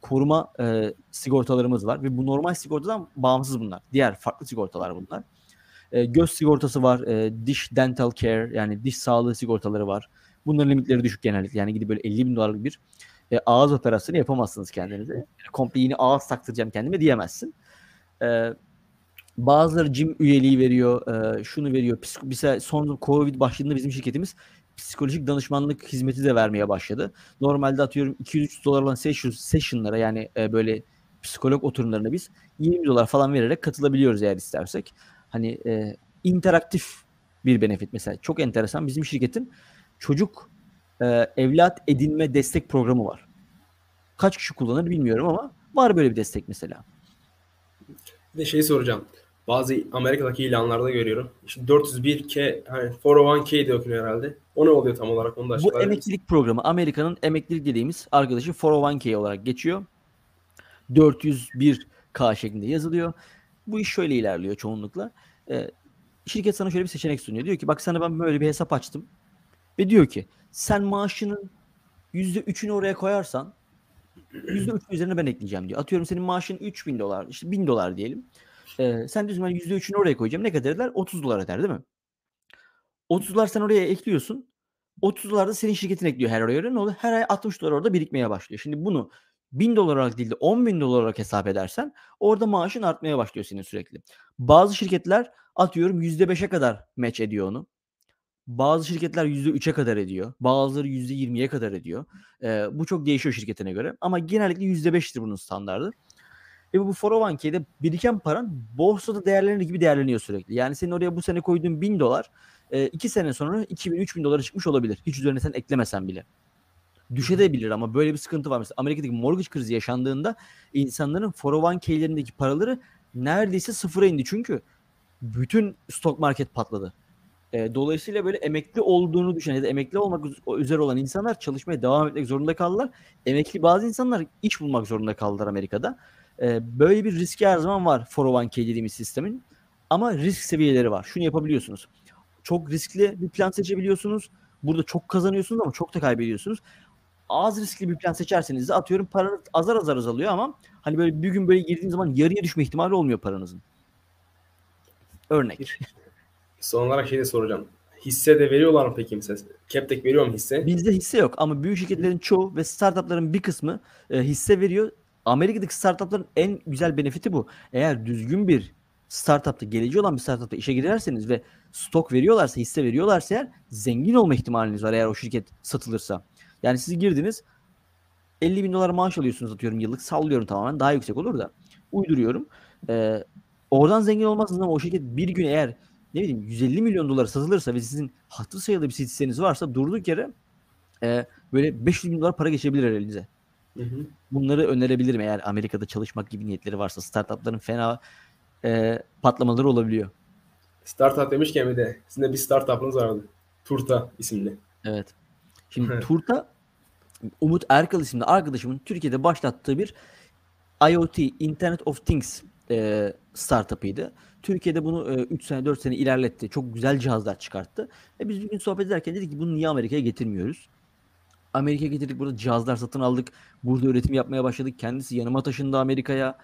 B: koruma sigortalarımız var ve bu normal sigortadan bağımsız bunlar. Diğer farklı sigortalar bunlar. Göz sigortası var, diş dental care yani diş sağlığı sigortaları var. Bunların limitleri düşük genellikle. Yani gidip böyle 50 bin dolarlık bir ağız operasyonu yapamazsınız kendinize. Yani komple yeni ağız taktıracağım kendime diyemezsin. Bazıları gym üyeliği veriyor, şunu veriyor. Mesela son Covid başladığında bizim şirketimiz psikolojik danışmanlık hizmeti de vermeye başladı. Normalde atıyorum 200-300 dolar olan session'lara yani böyle psikolog oturumlarına biz 20 dolar falan vererek katılabiliyoruz eğer istersek. Hani interaktif bir benefit mesela. Çok enteresan. Bizim şirketin çocuk evlat edinme destek programı var. Kaç kişi kullanır bilmiyorum ama var böyle bir destek mesela.
A: Bir de şeyi soracağım. Bazı Amerika'daki ilanlarda görüyorum. İşte 401K, hani 401K de okunuyor herhalde. O ne oluyor tam olarak, onu da
B: Bu
A: açıklayabilir misin?
B: emeklilik programı Amerika'nın emeklilik dediğimiz arkadaşı 401k olarak geçiyor. 401k şeklinde yazılıyor. Bu iş şöyle ilerliyor çoğunlukla. Şirket sana şöyle bir seçenek sunuyor. Diyor ki bak sana ben böyle bir hesap açtım. Ve diyor ki sen maaşının %3'ünü oraya koyarsan %3 üzerine ben ekleyeceğim diyor. Atıyorum senin maaşın 3000 dolar, işte 1000 dolar diyelim. Sen diyorsun ben %3'ünü oraya koyacağım. Ne kadar eder? 30 dolar eder değil mi? 30 dolar sen oraya ekliyorsun. 30 dolar da senin şirketin ekliyor her ay. Ne oluyor? Her ay 60 dolar orada birikmeye başlıyor. Şimdi bunu 1000 dolar olarak değil de 10 bin dolar olarak hesap edersen orada maaşın artmaya başlıyor senin sürekli. Bazı şirketler atıyorum %5'e kadar match ediyor onu. Bazı şirketler %3'e kadar ediyor. Bazıları %20'ye kadar ediyor. Bu çok değişiyor şirketine göre. Ama genellikle %5'tir bunun standardı. Ve bu 401k'de biriken paran borsada değerlenir gibi değerleniyor sürekli. Yani senin oraya bu sene koyduğun 1000 dolar 2 sene sonra 2000-3000 dolara çıkmış olabilir. Hiç üzerine sen eklemesen bile. Düşebilir ama böyle bir sıkıntı var. Mesela Amerika'daki mortgage krizi yaşandığında insanların 401k'lerindeki paraları neredeyse sıfıra indi. Çünkü bütün stok market patladı. Dolayısıyla böyle emekli olduğunu düşünen ya da emekli olmak üzere olan insanlar çalışmaya devam etmek zorunda kaldılar. Emekli bazı insanlar iş bulmak zorunda kaldılar Amerika'da. Böyle bir riski her zaman var 401k dediğimiz sistemin. Ama risk seviyeleri var. Şunu yapabiliyorsunuz. Çok riskli bir plan seçebiliyorsunuz. Burada çok kazanıyorsunuz ama çok da kaybediyorsunuz. Az riskli bir plan seçerseniz de atıyorum paranız azar azar azalıyor ama hani böyle bir gün böyle girdiğiniz zaman yarıya düşme ihtimali olmuyor paranızın. Örnek.
A: Son olarak şey de soracağım. Hisse de veriyorlar mı peki mesela? Captek veriyor mu hisse?
B: Bizde hisse yok ama büyük şirketlerin çoğu ve startupların bir kısmı hisse veriyor. Amerika'daki startupların en güzel benefiti bu. Eğer düzgün bir startupta, geleceği olan bir startupta işe girerseniz ve stok veriyorlarsa, hisse veriyorlarsa eğer zengin olma ihtimaliniz var eğer o şirket satılırsa. Yani siz girdiniz 50 bin dolar maaş alıyorsunuz atıyorum yıllık. Sallıyorum tamamen daha yüksek olur da. Uyduruyorum. Oradan zengin olmazsınız ama o şirket bir gün eğer ne bileyim 150 milyon dolar satılırsa ve sizin hatırı sayılı bir hisseniz varsa durduk yere böyle 500 bin dolar para geçebilir elinize.
A: Hı hı.
B: Bunları önerebilirim eğer Amerika'da çalışmak gibi niyetleri varsa. Startupların fena patlamaları olabiliyor.
A: Startup demişken bir de sizin de bir startup'ınız vardı. Turta isimli.
B: Evet. Şimdi Turta Umut Erkal isimli arkadaşımın Türkiye'de başlattığı bir IoT, Internet of Things startup'ıydı. Türkiye'de bunu 3 sene 4 sene ilerletti. Çok güzel cihazlar çıkarttı. Biz bir gün sohbet ederken dedik ki bunu niye Amerika'ya getirmiyoruz? Amerika'ya getirdik, burada cihazlar satın aldık. Burada üretim yapmaya başladık. Kendisi yanıma taşındı Amerika'ya.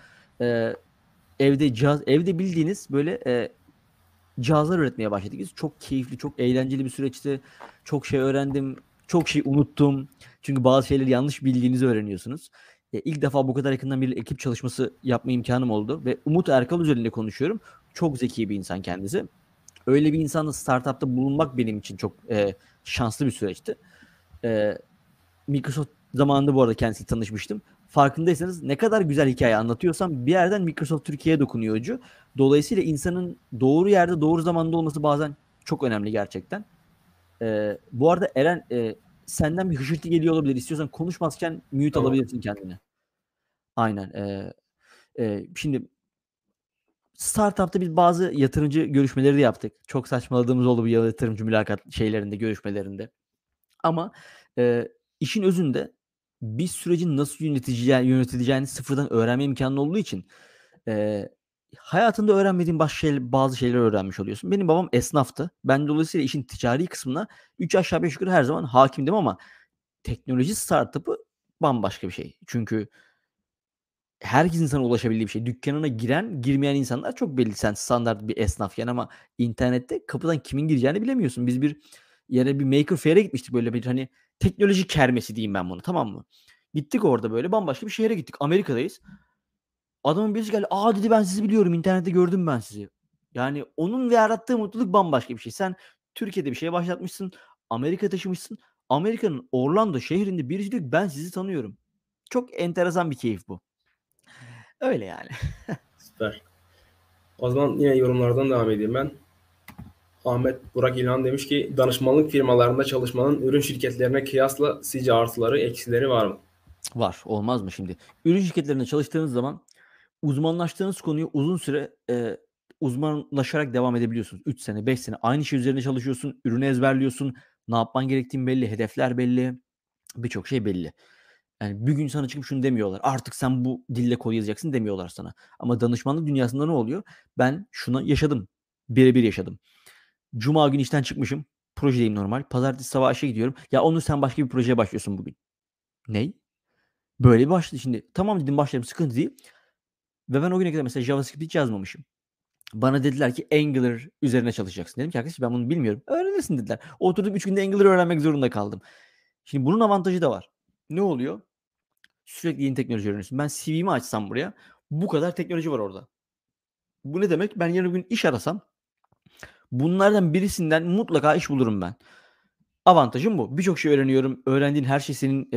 B: Evde bildiğiniz böyle cihazlar üretmeye başladık. Çok keyifli, çok eğlenceli bir süreçti. Çok şey öğrendim. Çok şey unuttum. Çünkü bazı şeyleri yanlış bildiğinizi öğreniyorsunuz. İlk defa bu kadar yakından bir ekip çalışması yapma imkanım oldu. Ve Umut Erkal üzerinde konuşuyorum. Çok zeki bir insan kendisi. Öyle bir insanla startupta bulunmak benim için çok şanslı bir süreçti. Microsoft zamanında bu arada kendisiyle tanışmıştım. Farkındaysanız ne kadar güzel hikaye anlatıyorsam bir yerden Microsoft Türkiye'ye dokunuyor ucu. Dolayısıyla insanın doğru yerde doğru zamanda olması bazen çok önemli gerçekten. Bu arada Eren senden bir hışırtı geliyor olabilir. İstiyorsan konuşmazken mute
A: Tamam.
B: alabilirsin kendini. Aynen. Şimdi startup'ta biz bazı yatırımcı görüşmeleri de yaptık. Çok saçmaladığımız oldu bu yatırımcı mülakat şeylerinde, görüşmelerinde. Ama işin özünde bir sürecin nasıl yönetileceğini sıfırdan öğrenme imkanın olduğu için hayatında öğrenmediğin bazı şeyler öğrenmiş oluyorsun. Benim babam esnaftı. Ben dolayısıyla işin ticari kısmına 3 aşağı 5 yukarı her zaman hakimdim ama teknoloji startup'ı bambaşka bir şey. Çünkü herkesin sana ulaşabildiği bir şey. Dükkanına giren, girmeyen insanlar çok belli. Sen standart bir esnafken ama internette kapıdan kimin gireceğini bilemiyorsun. Biz bir yere bir Maker Fair'e gitmiştik, böyle bir hani teknoloji kermesi diyeyim ben bunu, tamam mı? Gittik orada, böyle bambaşka bir şehre gittik. Amerika'dayız. Adamın birisi geldi. Aa dedi, ben sizi biliyorum. İnternette gördüm ben sizi. Yani onun yarattığı mutluluk bambaşka bir şey. Sen Türkiye'de bir şey başlatmışsın. Amerika taşımışsın. Amerika'nın Orlando şehrinde birisi diyor ki ben sizi tanıyorum. Çok enteresan bir keyif bu. Öyle yani.
A: Süper. O zaman yine yorumlardan devam edeyim ben. Ahmet Burak İlhan demiş ki danışmanlık firmalarında çalışmanın ürün şirketlerine kıyasla sizce artıları eksileri var mı?
B: Var. Olmaz mı şimdi? Ürün şirketlerinde çalıştığınız zaman uzmanlaştığınız konuyu uzun süre uzmanlaşarak devam edebiliyorsunuz. 3 sene, 5 sene aynı şey üzerine çalışıyorsun. Ürünü ezberliyorsun. Ne yapman gerektiğin belli. Hedefler belli. Birçok şey belli. Yani bir gün sana çıkıp şunu demiyorlar. Artık sen bu dille kod yazacaksın demiyorlar sana. Ama danışmanlık dünyasında ne oluyor? Ben şunu yaşadım. Birebir yaşadım. Cuma günü işten çıkmışım. Projedeyim normal. Pazartesi sabah işe gidiyorum. Ya Onur, sen başka bir projeye başlıyorsun bugün. Ney? Böyle bir başladı şimdi. Tamam dedim, başlayalım, sıkıntı değil. Ve ben o güne kadar mesela JavaScript hiç yazmamışım. Bana dediler ki Angular üzerine çalışacaksın. Dedim ki arkadaşlar ben bunu bilmiyorum. Öğrenirsin dediler. Oturdum 3 günde Angular öğrenmek zorunda kaldım. Şimdi bunun avantajı da var. Ne oluyor? Sürekli yeni teknoloji öğreniyorsun. Ben CV'mi açsam buraya, bu kadar teknoloji var orada. Bu ne demek? Ben yarın bir gün iş arasam bunlardan birisinden mutlaka iş bulurum ben. Avantajım bu. Birçok şey öğreniyorum. Öğrendiğin her şey senin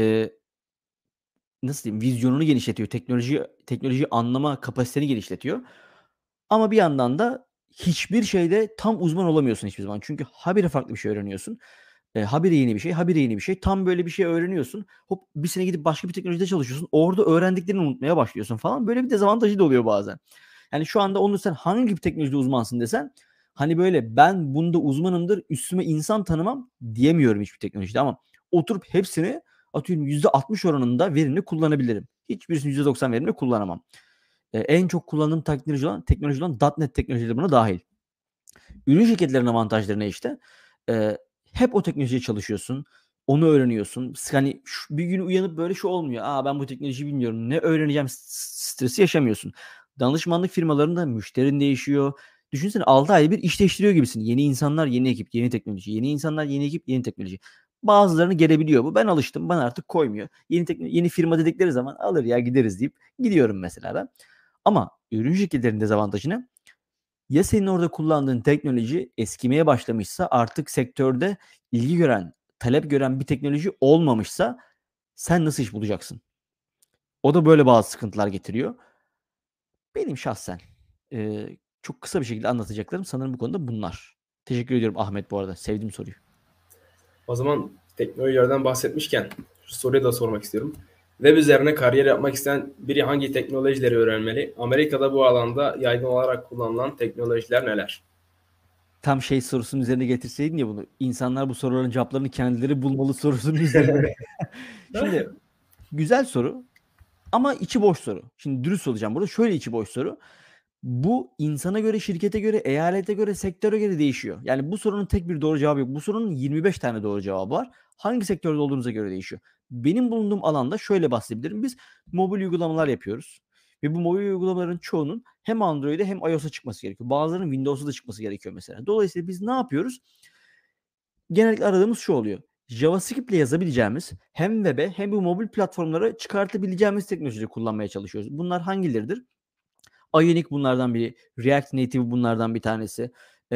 B: nasıl diyeyim, vizyonunu genişletiyor. Teknolojiyi anlama kapasiteni genişletiyor. Ama bir yandan da hiçbir şeyde tam uzman olamıyorsun hiçbir zaman. Çünkü habire farklı bir şey öğreniyorsun. Habire yeni bir şey, habire yeni bir şey. Tam böyle bir şey öğreniyorsun. Hop bir sene gidip başka bir teknolojide çalışıyorsun. Orada öğrendiklerini unutmaya başlıyorsun falan. Böyle bir dezavantajı da oluyor bazen. Yani şu anda onu sen hangi bir teknolojide uzmansın desen, hani böyle ben bunda uzmanımdır, üstüme insan tanımam diyemiyorum hiçbir teknolojide, ama oturup hepsini atıyorum %60 oranında verimli kullanabilirim. Hiçbirisini %90 verimli kullanamam. En çok kullandığım teknoloji olan .NET teknolojileri buna dahil. Ürün şirketlerinin avantajları ne işte? Hep o teknolojiye çalışıyorsun. Onu öğreniyorsun. Hani bir gün uyanıp böyle şu olmuyor. Aa ben bu teknolojiyi bilmiyorum. Ne öğreneceğim stresi yaşamıyorsun. Danışmanlık firmalarında müşterin değişiyor. Düşünsene 6 ayda bir iş değiştiriyor gibisin. Yeni insanlar, yeni ekip, yeni teknoloji. Yeni insanlar, yeni ekip, yeni teknoloji. Bazılarını gelebiliyor bu. Ben alıştım. Bana artık koymuyor. Yeni firma dedikleri zaman alır ya gideriz deyip gidiyorum mesela ben. Ama ürün şirketlerinin dezavantajı ne? Ya senin orada kullandığın teknoloji eskimeye başlamışsa, artık sektörde ilgi gören, talep gören bir teknoloji olmamışsa sen nasıl iş bulacaksın? O da böyle bazı sıkıntılar getiriyor. Benim şahsen çok kısa bir şekilde anlatacaklarım sanırım bu konuda bunlar. Teşekkür ediyorum Ahmet bu arada. Sevdiğim soruyu.
A: O zaman teknolojilerden bahsetmişken şu soruyu da sormak istiyorum. Web üzerine kariyer yapmak isteyen biri hangi teknolojileri öğrenmeli? Amerika'da bu alanda yaygın olarak kullanılan teknolojiler neler?
B: Tam şey sorusunun üzerine getirseydin ya bunu. İnsanlar bu soruların cevaplarını kendileri bulmalı sorusunun üzerine. Şimdi güzel soru ama içi boş soru. Şimdi dürüst olacağım burada. Şöyle içi boş soru. Bu insana göre, şirkete göre, eyalete göre, sektöre göre değişiyor. Yani bu sorunun tek bir doğru cevabı yok. Bu sorunun 25 tane doğru cevabı var. Hangi sektörde olduğunuza göre değişiyor. Benim bulunduğum alanda şöyle bahsedebilirim. Biz mobil uygulamalar yapıyoruz. Ve bu mobil uygulamaların çoğunun hem Android'e hem iOS'a çıkması gerekiyor. Bazılarının Windows'a da çıkması gerekiyor mesela. Dolayısıyla biz ne yapıyoruz? Genellikle aradığımız şu oluyor. JavaScript ile yazabileceğimiz, hem web'e hem bu mobil platformlara çıkartabileceğimiz teknolojileri kullanmaya çalışıyoruz. Bunlar hangileridir? Ionic bunlardan biri. React Native bunlardan bir tanesi.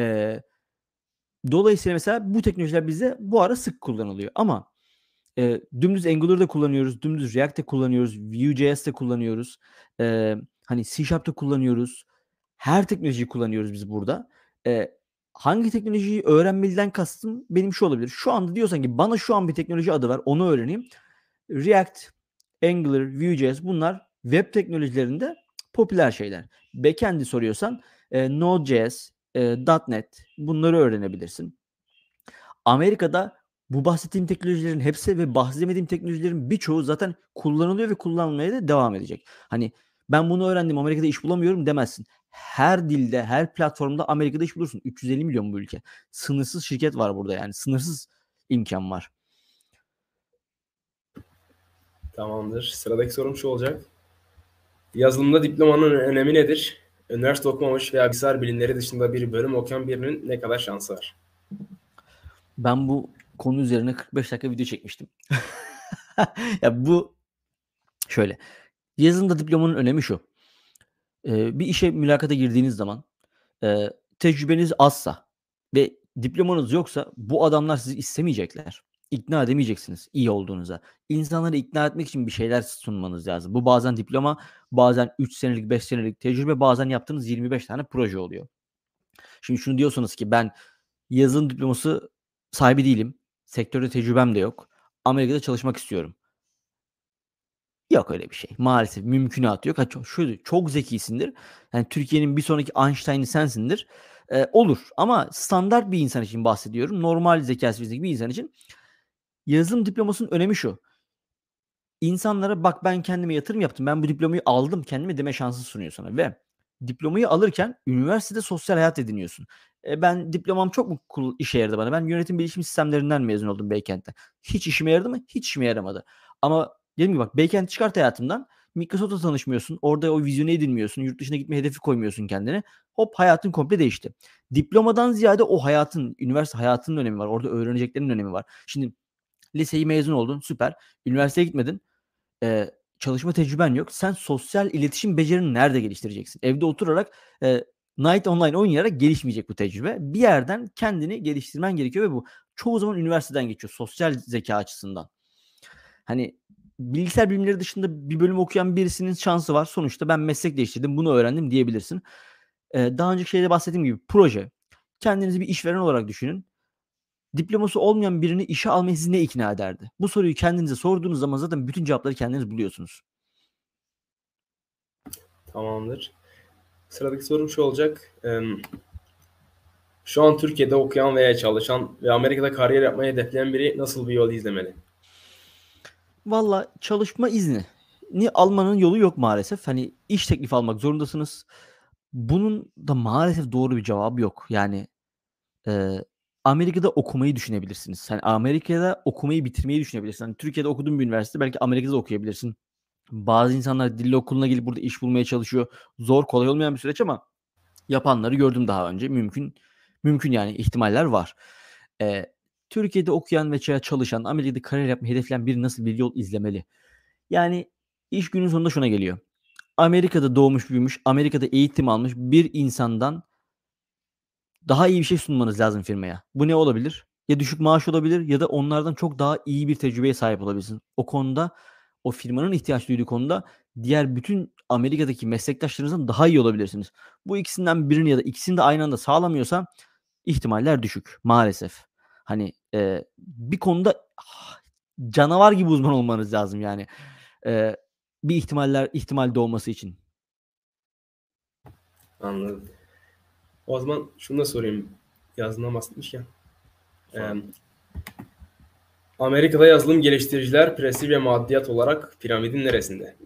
B: Dolayısıyla mesela bu teknolojiler bizde bu ara sık kullanılıyor. Ama dümdüz Angular'da kullanıyoruz. Dümdüz React'te kullanıyoruz. Vue.js'te kullanıyoruz. Hani C#'da kullanıyoruz. Her teknolojiyi kullanıyoruz biz burada. Hangi teknolojiyi öğrenmeliden kastım benim şu olabilir. Şu anda diyorsan ki bana şu an bir teknoloji adı ver, onu öğreneyim. React, Angular, Vue.js bunlar web teknolojilerinde popüler şeyler. Backend'i soruyorsan Node.js, .NET bunları öğrenebilirsin. Amerika'da bu bahsettiğim teknolojilerin hepsi ve bahsedemediğim teknolojilerin birçoğu zaten kullanılıyor ve kullanılmaya da devam edecek. Hani ben bunu öğrendim, Amerika'da iş bulamıyorum demezsin. Her dilde, her platformda Amerika'da iş bulursun. 350 milyon bu ülke. Sınırsız şirket var burada yani. Sınırsız imkan var.
A: Tamamdır. Sıradaki sorum şu olacak. Yazılımda diplomanın önemi nedir? Üniversite okumamış veya bilgisayar bilimleri dışında bir bölüm okuyan birinin ne kadar şansı var?
B: Ben bu konu üzerine 45 dakika video çekmiştim. Ya bu şöyle. Yazılımda diplomanın önemi şu. Bir işe mülakata girdiğiniz zaman, tecrübeniz azsa ve diplomanız yoksa bu adamlar sizi istemeyecekler. İkna edemeyeceksiniz iyi olduğunuza. İnsanları ikna etmek için bir şeyler sunmanız lazım. Bu bazen diploma, bazen 3 senelik, 5 senelik tecrübe, bazen yaptığınız 25 tane proje oluyor. Şimdi şunu diyorsanız ki ben yazılım diploması sahibi değilim. Sektörde tecrübem de yok. Amerika'da çalışmak istiyorum. Yok öyle bir şey. Maalesef mümkünatı yok. Ha, çok zekisindir. Yani Türkiye'nin bir sonraki Einstein'ı sensindir. Olur ama standart bir insan için bahsediyorum. Normal zeka seviyesindeki bir insan için yazılım diplomasının önemi şu. İnsanlara bak ben kendime yatırım yaptım. Ben bu diplomayı aldım kendime deme şansı sunuyor sana ve diplomayı alırken üniversitede sosyal hayat ediniyorsun. Ben diplomam çok mu işe yaradı bana? Ben yönetim bilişim sistemlerinden mezun oldum Beykent'te. Hiç işime yaradı mı? Hiç işime yaramadı. Ama dediğim gibi bak Beykent'i çıkart hayatından. Microsoft'la tanışmıyorsun. Orada o vizyonu edinmiyorsun. Yurt dışına gitme hedefi koymuyorsun kendine. Hop hayatın komple değişti. Diplomadan ziyade o hayatın, üniversite hayatının önemi var. Orada öğreneceklerin önemi var. Şimdi liseyi mezun oldun süper. Üniversiteye gitmedin. Çalışma tecrüben yok. Sen sosyal iletişim becerini nerede geliştireceksin? Evde oturarak Night Online oynayarak gelişmeyecek bu tecrübe. Bir yerden kendini geliştirmen gerekiyor ve bu çoğu zaman üniversiteden geçiyor. Sosyal zeka açısından. Hani bilgisayar bilimleri dışında bir bölüm okuyan birisinin şansı var. Sonuçta ben meslek değiştirdim, bunu öğrendim diyebilirsin. Daha önceki şeyde bahsettiğim gibi proje. Kendinizi bir işveren olarak düşünün. Diploması olmayan birini işe almayı sizi ne ikna ederdi? Bu soruyu kendinize sorduğunuz zaman zaten bütün cevapları kendiniz buluyorsunuz.
A: Tamamdır. Sıradaki sorum şu olacak. Şu an Türkiye'de okuyan veya çalışan ve Amerika'da kariyer yapmayı hedefleyen biri nasıl bir yol izlemeli?
B: Valla çalışma izni ni almanın yolu yok maalesef. Hani iş teklifi almak zorundasınız. Bunun da maalesef doğru bir cevabı yok. Yani Amerika'da okumayı düşünebilirsiniz. Hani Amerika'da okumayı bitirmeyi düşünebilirsiniz. Hani Türkiye'de okuduğun bir üniversite belki Amerika'da da okuyabilirsin. Bazı insanlar dil okuluna gelip burada iş bulmaya çalışıyor. Zor, kolay olmayan bir süreç ama yapanları gördüm daha önce. Mümkün yani ihtimaller var. Eee, Türkiye'de okuyan ve çalışan, Amerika'da kariyer yapmayı hedefleyen biri nasıl bir yol izlemeli? Yani iş günün sonunda şuna geliyor. Amerika'da doğmuş büyümüş, Amerika'da eğitim almış bir insandan daha iyi bir şey sunmanız lazım firmaya. Bu ne olabilir? Ya düşük maaş olabilir ya da onlardan çok daha iyi bir tecrübeye sahip olabilirsin. O konuda, o firmanın ihtiyaç duyduğu konuda diğer bütün Amerika'daki meslektaşlarınızdan daha iyi olabilirsiniz. Bu ikisinden birini ya da ikisini de aynı anda sağlamıyorsa ihtimaller düşük maalesef. Hani, bir konuda canavar gibi uzman olmanız lazım yani, eee, bir ihtimal doğması için.
A: Anladım. O zaman şunu da sorayım. Yazılımdan bahsetmişken. Ee,
B: Sor.
A: Amerika'da yazılım geliştiriciler prestij ve maddiyat olarak piramidin neresinde?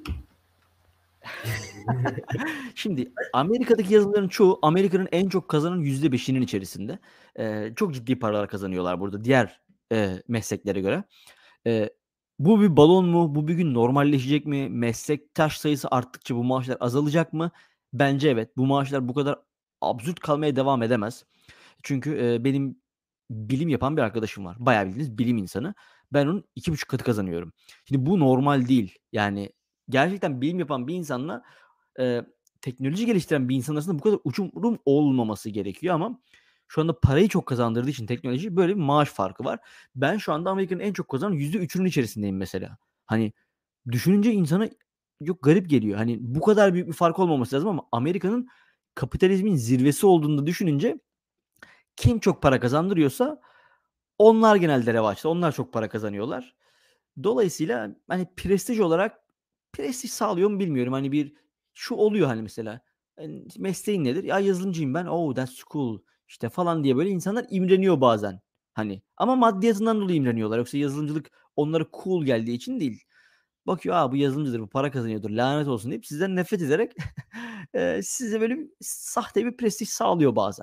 B: Şimdi Amerika'daki yazılımcıların çoğu Amerika'nın en çok kazanan %5'inin içerisinde. Çok ciddi paralar kazanıyorlar burada diğer, mesleklere göre. Eee, Bu bir balon mu? Bu bir gün normalleşecek mi? Meslektaş sayısı arttıkça bu maaşlar azalacak mı? Bence evet. Bu maaşlar bu kadar absürt kalmaya devam edemez. Çünkü, benim bilim yapan bir arkadaşım var. Bayağı bildiğiniz bilim insanı. Ben onun 2,5 katı kazanıyorum. Şimdi bu normal değil. Yani gerçekten bilim yapan bir insanla, eee, teknoloji geliştiren bir insan arasında bu kadar uçurum olmaması gerekiyor ama şu anda parayı çok kazandırdığı için teknoloji böyle bir maaş farkı var. Ben şu anda Amerika'nın en çok kazanan %3'ünün içerisindeyim mesela. Hani düşününce insana çok garip geliyor. Hani bu kadar büyük bir fark olmaması lazım ama Amerika'nın kapitalizmin zirvesi olduğunu da düşününce kim çok para kazandırıyorsa onlar genelde revaçta. Onlar çok para kazanıyorlar. Dolayısıyla hani prestij olarak prestij sağlıyor mu bilmiyorum. Hani bir şu oluyor hani mesela, mesleğin nedir? Ya yazılımcıyım ben. Oh that's cool işte falan diye böyle insanlar imreniyor bazen. Hani ama maddiyatından dolayı imreniyorlar. Yoksa yazılımcılık onlara cool geldiği için değil. Bakıyor, bu yazılımcıdır, bu para kazanıyordur, lanet olsun deyip sizden nefret ederek size böyle bir sahte bir prestij sağlıyor bazen.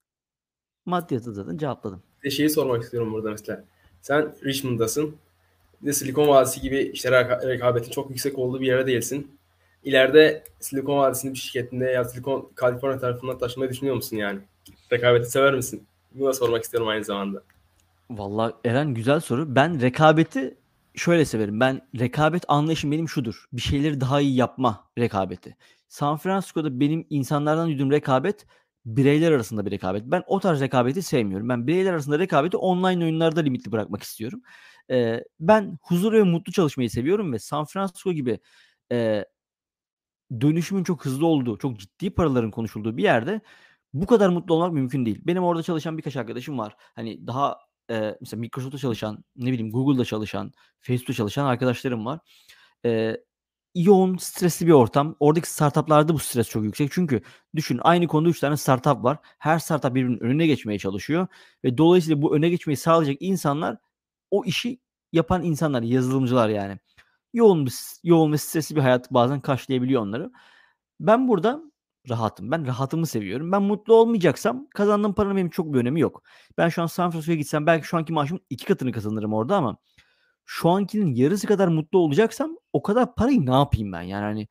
B: Maddiyatı zaten cevapladım.
A: Bir de şeyi sormak istiyorum burada mesela. Sen Richmond'dasın. Bir de Silikon Vadisi gibi işte rekabetin çok yüksek olduğu bir yere değilsin. İleride Silikon Vadisi'nin bir şirketinde ya Silikon Kaliforniya tarafından taşımayı düşünüyor musun yani? Rekabeti sever misin? Bunu da sormak istiyorum aynı zamanda.
B: Vallahi Eren, güzel soru. Ben rekabeti şöyle severim. Ben rekabet anlayışım benim şudur: bir şeyleri daha iyi yapma rekabeti. San Francisco'da benim insanlardan duyduğum rekabet bireyler arasında bir rekabet. Ben o tarz rekabeti sevmiyorum. Ben bireyler arasında rekabeti online oyunlarda limitli bırakmak istiyorum. Ben huzur ve mutlu çalışmayı seviyorum ve San Francisco gibi e, dönüşümün çok hızlı olduğu, çok ciddi paraların konuşulduğu bir yerde bu kadar mutlu olmak mümkün değil. Benim orada çalışan birkaç arkadaşım var. Hani daha mesela Microsoft'ta çalışan, ne bileyim Google'da çalışan, Facebook'ta çalışan arkadaşlarım var. Eee, yoğun, stresli bir ortam. Oradaki startup'larda bu stres çok yüksek. Çünkü düşün, aynı konuda 3 tane startup var. Her startup birbirinin önüne geçmeye çalışıyor ve dolayısıyla bu öne geçmeyi sağlayacak insanlar o işi yapan insanlar, yazılımcılar yani. Yoğun ve stresli bir hayat bazen karşılayabiliyor onları. Ben burada rahatım. Ben rahatımı seviyorum. Ben mutlu olmayacaksam kazandığım paranın benim çok bir önemi yok. Ben şu an San Francisco'ya gitsem belki şu anki maaşımın 2 katını kazanırım orada ama şu ankinin yarısı kadar mutlu olacaksam o kadar parayı ne yapayım ben? Yani hani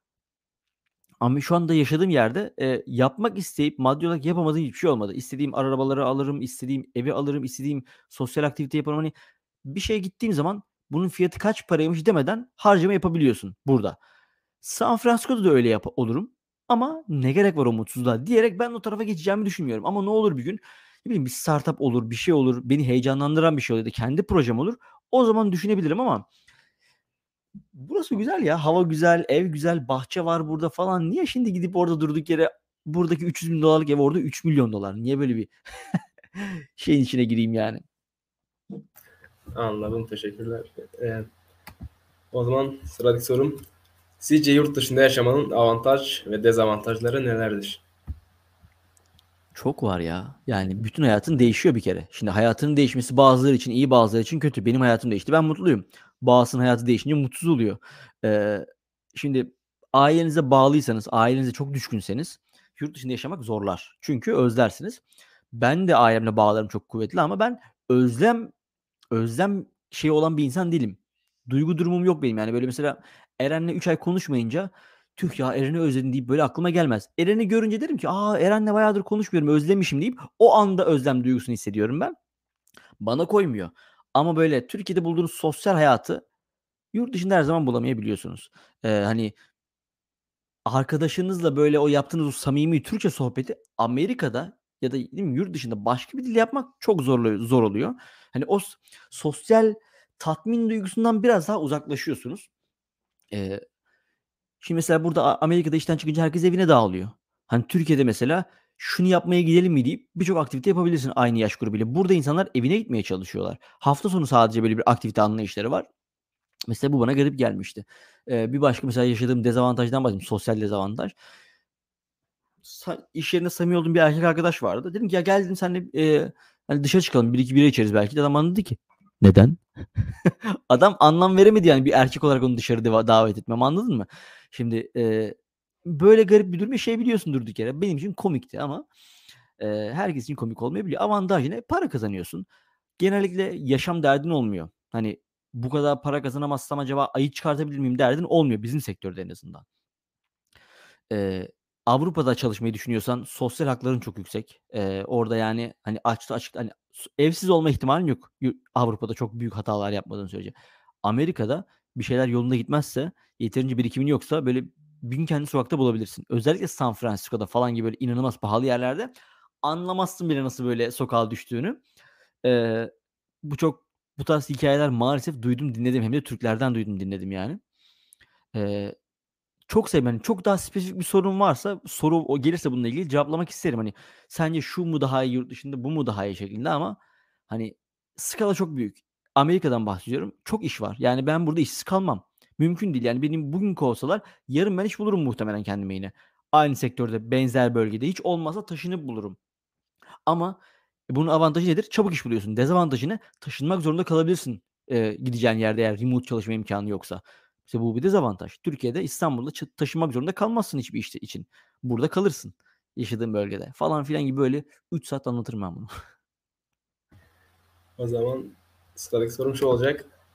B: ama şu anda yaşadığım yerde yapmak isteyip maddi olarak yapamadığım hiçbir şey olmadı. İstediğim arabaları alırım, istediğim evi alırım, istediğim sosyal aktivite yaparım. Hani bir şeye gittiğim zaman bunun fiyatı kaç paraymış demeden harcama yapabiliyorsun burada. San Francisco'da da öyle olurum ama ne gerek var o mutsuzluğa diyerek ben o tarafa geçeceğimi düşünmüyorum. Ama ne olur bir gün, ne bileyim, bir startup olur, bir şey olur, beni heyecanlandıran bir şey olur ya da kendi projem olur. O zaman düşünebilirim ama burası güzel ya. Hava güzel, ev güzel, bahçe var burada falan. Niye şimdi gidip orada durduk yere buradaki 300 bin dolarlık ev orada 3 milyon dolar? Niye böyle bir şeyin içine gireyim yani?
A: Anladım, teşekkürler. O zaman sıradaki sorum. Sizce yurt dışında yaşamanın avantaj ve dezavantajları nelerdir?
B: Çok var ya. Yani bütün hayatın değişiyor bir kere. Şimdi hayatının değişmesi bazıları için iyi, bazıları için kötü. Benim hayatım değişti. Ben mutluyum. Bazısının hayatı değişince mutsuz oluyor. Ee, şimdi ailenize bağlıysanız, ailenize çok düşkünseniz yurt dışında yaşamak zorlar. Çünkü özlersiniz. Ben de ailemle bağlarım çok kuvvetli ama ben özlem özlem şeyi olan bir insan değilim. Duygu durumum yok benim. Yani böyle mesela Eren'le 3 ay konuşmayınca tüh ya, Eren'i özledim deyip böyle aklıma gelmez. Eren'i görünce derim ki aa, Eren'le bayağıdır konuşmuyorum, özlemişim deyip o anda özlem duygusunu hissediyorum ben. Bana koymuyor. Ama böyle Türkiye'de bulduğunuz sosyal hayatı yurt dışında her zaman bulamayabiliyorsunuz. Hani arkadaşınızla böyle o yaptığınız o samimi Türkçe sohbeti Amerika'da ya da değil mi, yurt dışında başka bir dil yapmak çok zor oluyor. Hani o sosyal tatmin duygusundan biraz daha uzaklaşıyorsunuz. Eee, şimdi mesela burada Amerika'da işten çıkınca herkes evine dağılıyor. Hani Türkiye'de mesela şunu yapmaya gidelim mi deyip birçok aktivite yapabilirsin aynı yaş grubuyla. Burada insanlar evine gitmeye çalışıyorlar. Hafta sonu sadece böyle bir aktivite anlayışları var. Mesela bu bana garip gelmişti. Bir başka mesela yaşadığım dezavantajdan bahsedeyim, sosyal dezavantaj. İş yerinde samimi olduğum bir erkek arkadaş vardı. Dedim ki ya gel dedim seninle hani dışarı çıkalım, bir iki bira içeriz belki. Adam bana dedi ki neden? Adam anlam veremedi yani bir erkek olarak onu dışarı davet etmem, anladın mı? Şimdi böyle garip bir durum, bir şey biliyorsun durduk yere. Benim için komikti ama herkes için komik olmayabiliyor. Avantajı ne? Para kazanıyorsun. Genellikle yaşam derdin olmuyor. Hani bu kadar para kazanamazsam acaba ayı çıkartabilir miyim derdin olmuyor bizim sektörde en azından. Eee, Avrupa'da çalışmayı düşünüyorsan sosyal hakların çok yüksek. Orada yani, hani, açık hani, evsiz olma ihtimalin yok. Avrupa'da çok büyük hatalar yapmadığın sürece. Amerika'da bir şeyler yolunda gitmezse, yeterince birikimin yoksa böyle bir gün kendini sokakta bulabilirsin. Özellikle San Francisco'da falan gibi böyle inanılmaz pahalı yerlerde anlamazsın bile nasıl böyle sokağa düştüğünü. Eee, bu çok bu tarz hikâyeler maalesef duydum, dinledim. Hem de Türklerden duydum, dinledim yani. Eee çok hani, çok daha spesifik bir sorun varsa, soru o gelirse bununla ilgili cevaplamak isterim. Hani, sence şu mu daha iyi yurt dışında, bu mu daha iyi şeklinde ama, hani, skala çok büyük. Amerika'dan bahsediyorum. Çok iş var. Yani ben burada işsiz kalmam. Mümkün değil. Yani benim bugün kovsalar yarın ben iş bulurum muhtemelen kendime yine. Aynı sektörde, benzer bölgede. Hiç olmazsa taşınıp bulurum. Ama bunun avantajı nedir? Çabuk iş buluyorsun. Dezavantajı ne? Taşınmak zorunda kalabilirsin, gideceğin yerde eğer remote çalışma imkânı yoksa. İşte bu bir dezavantaj. Türkiye'de, İstanbul'da taşınmak zorunda kalmazsın hiçbir iş için. Burada kalırsın yaşadığın bölgede falan filan gibi böyle 3 saat anlatırım ben bunu.
A: O zaman sıradaki sorum şu olacak.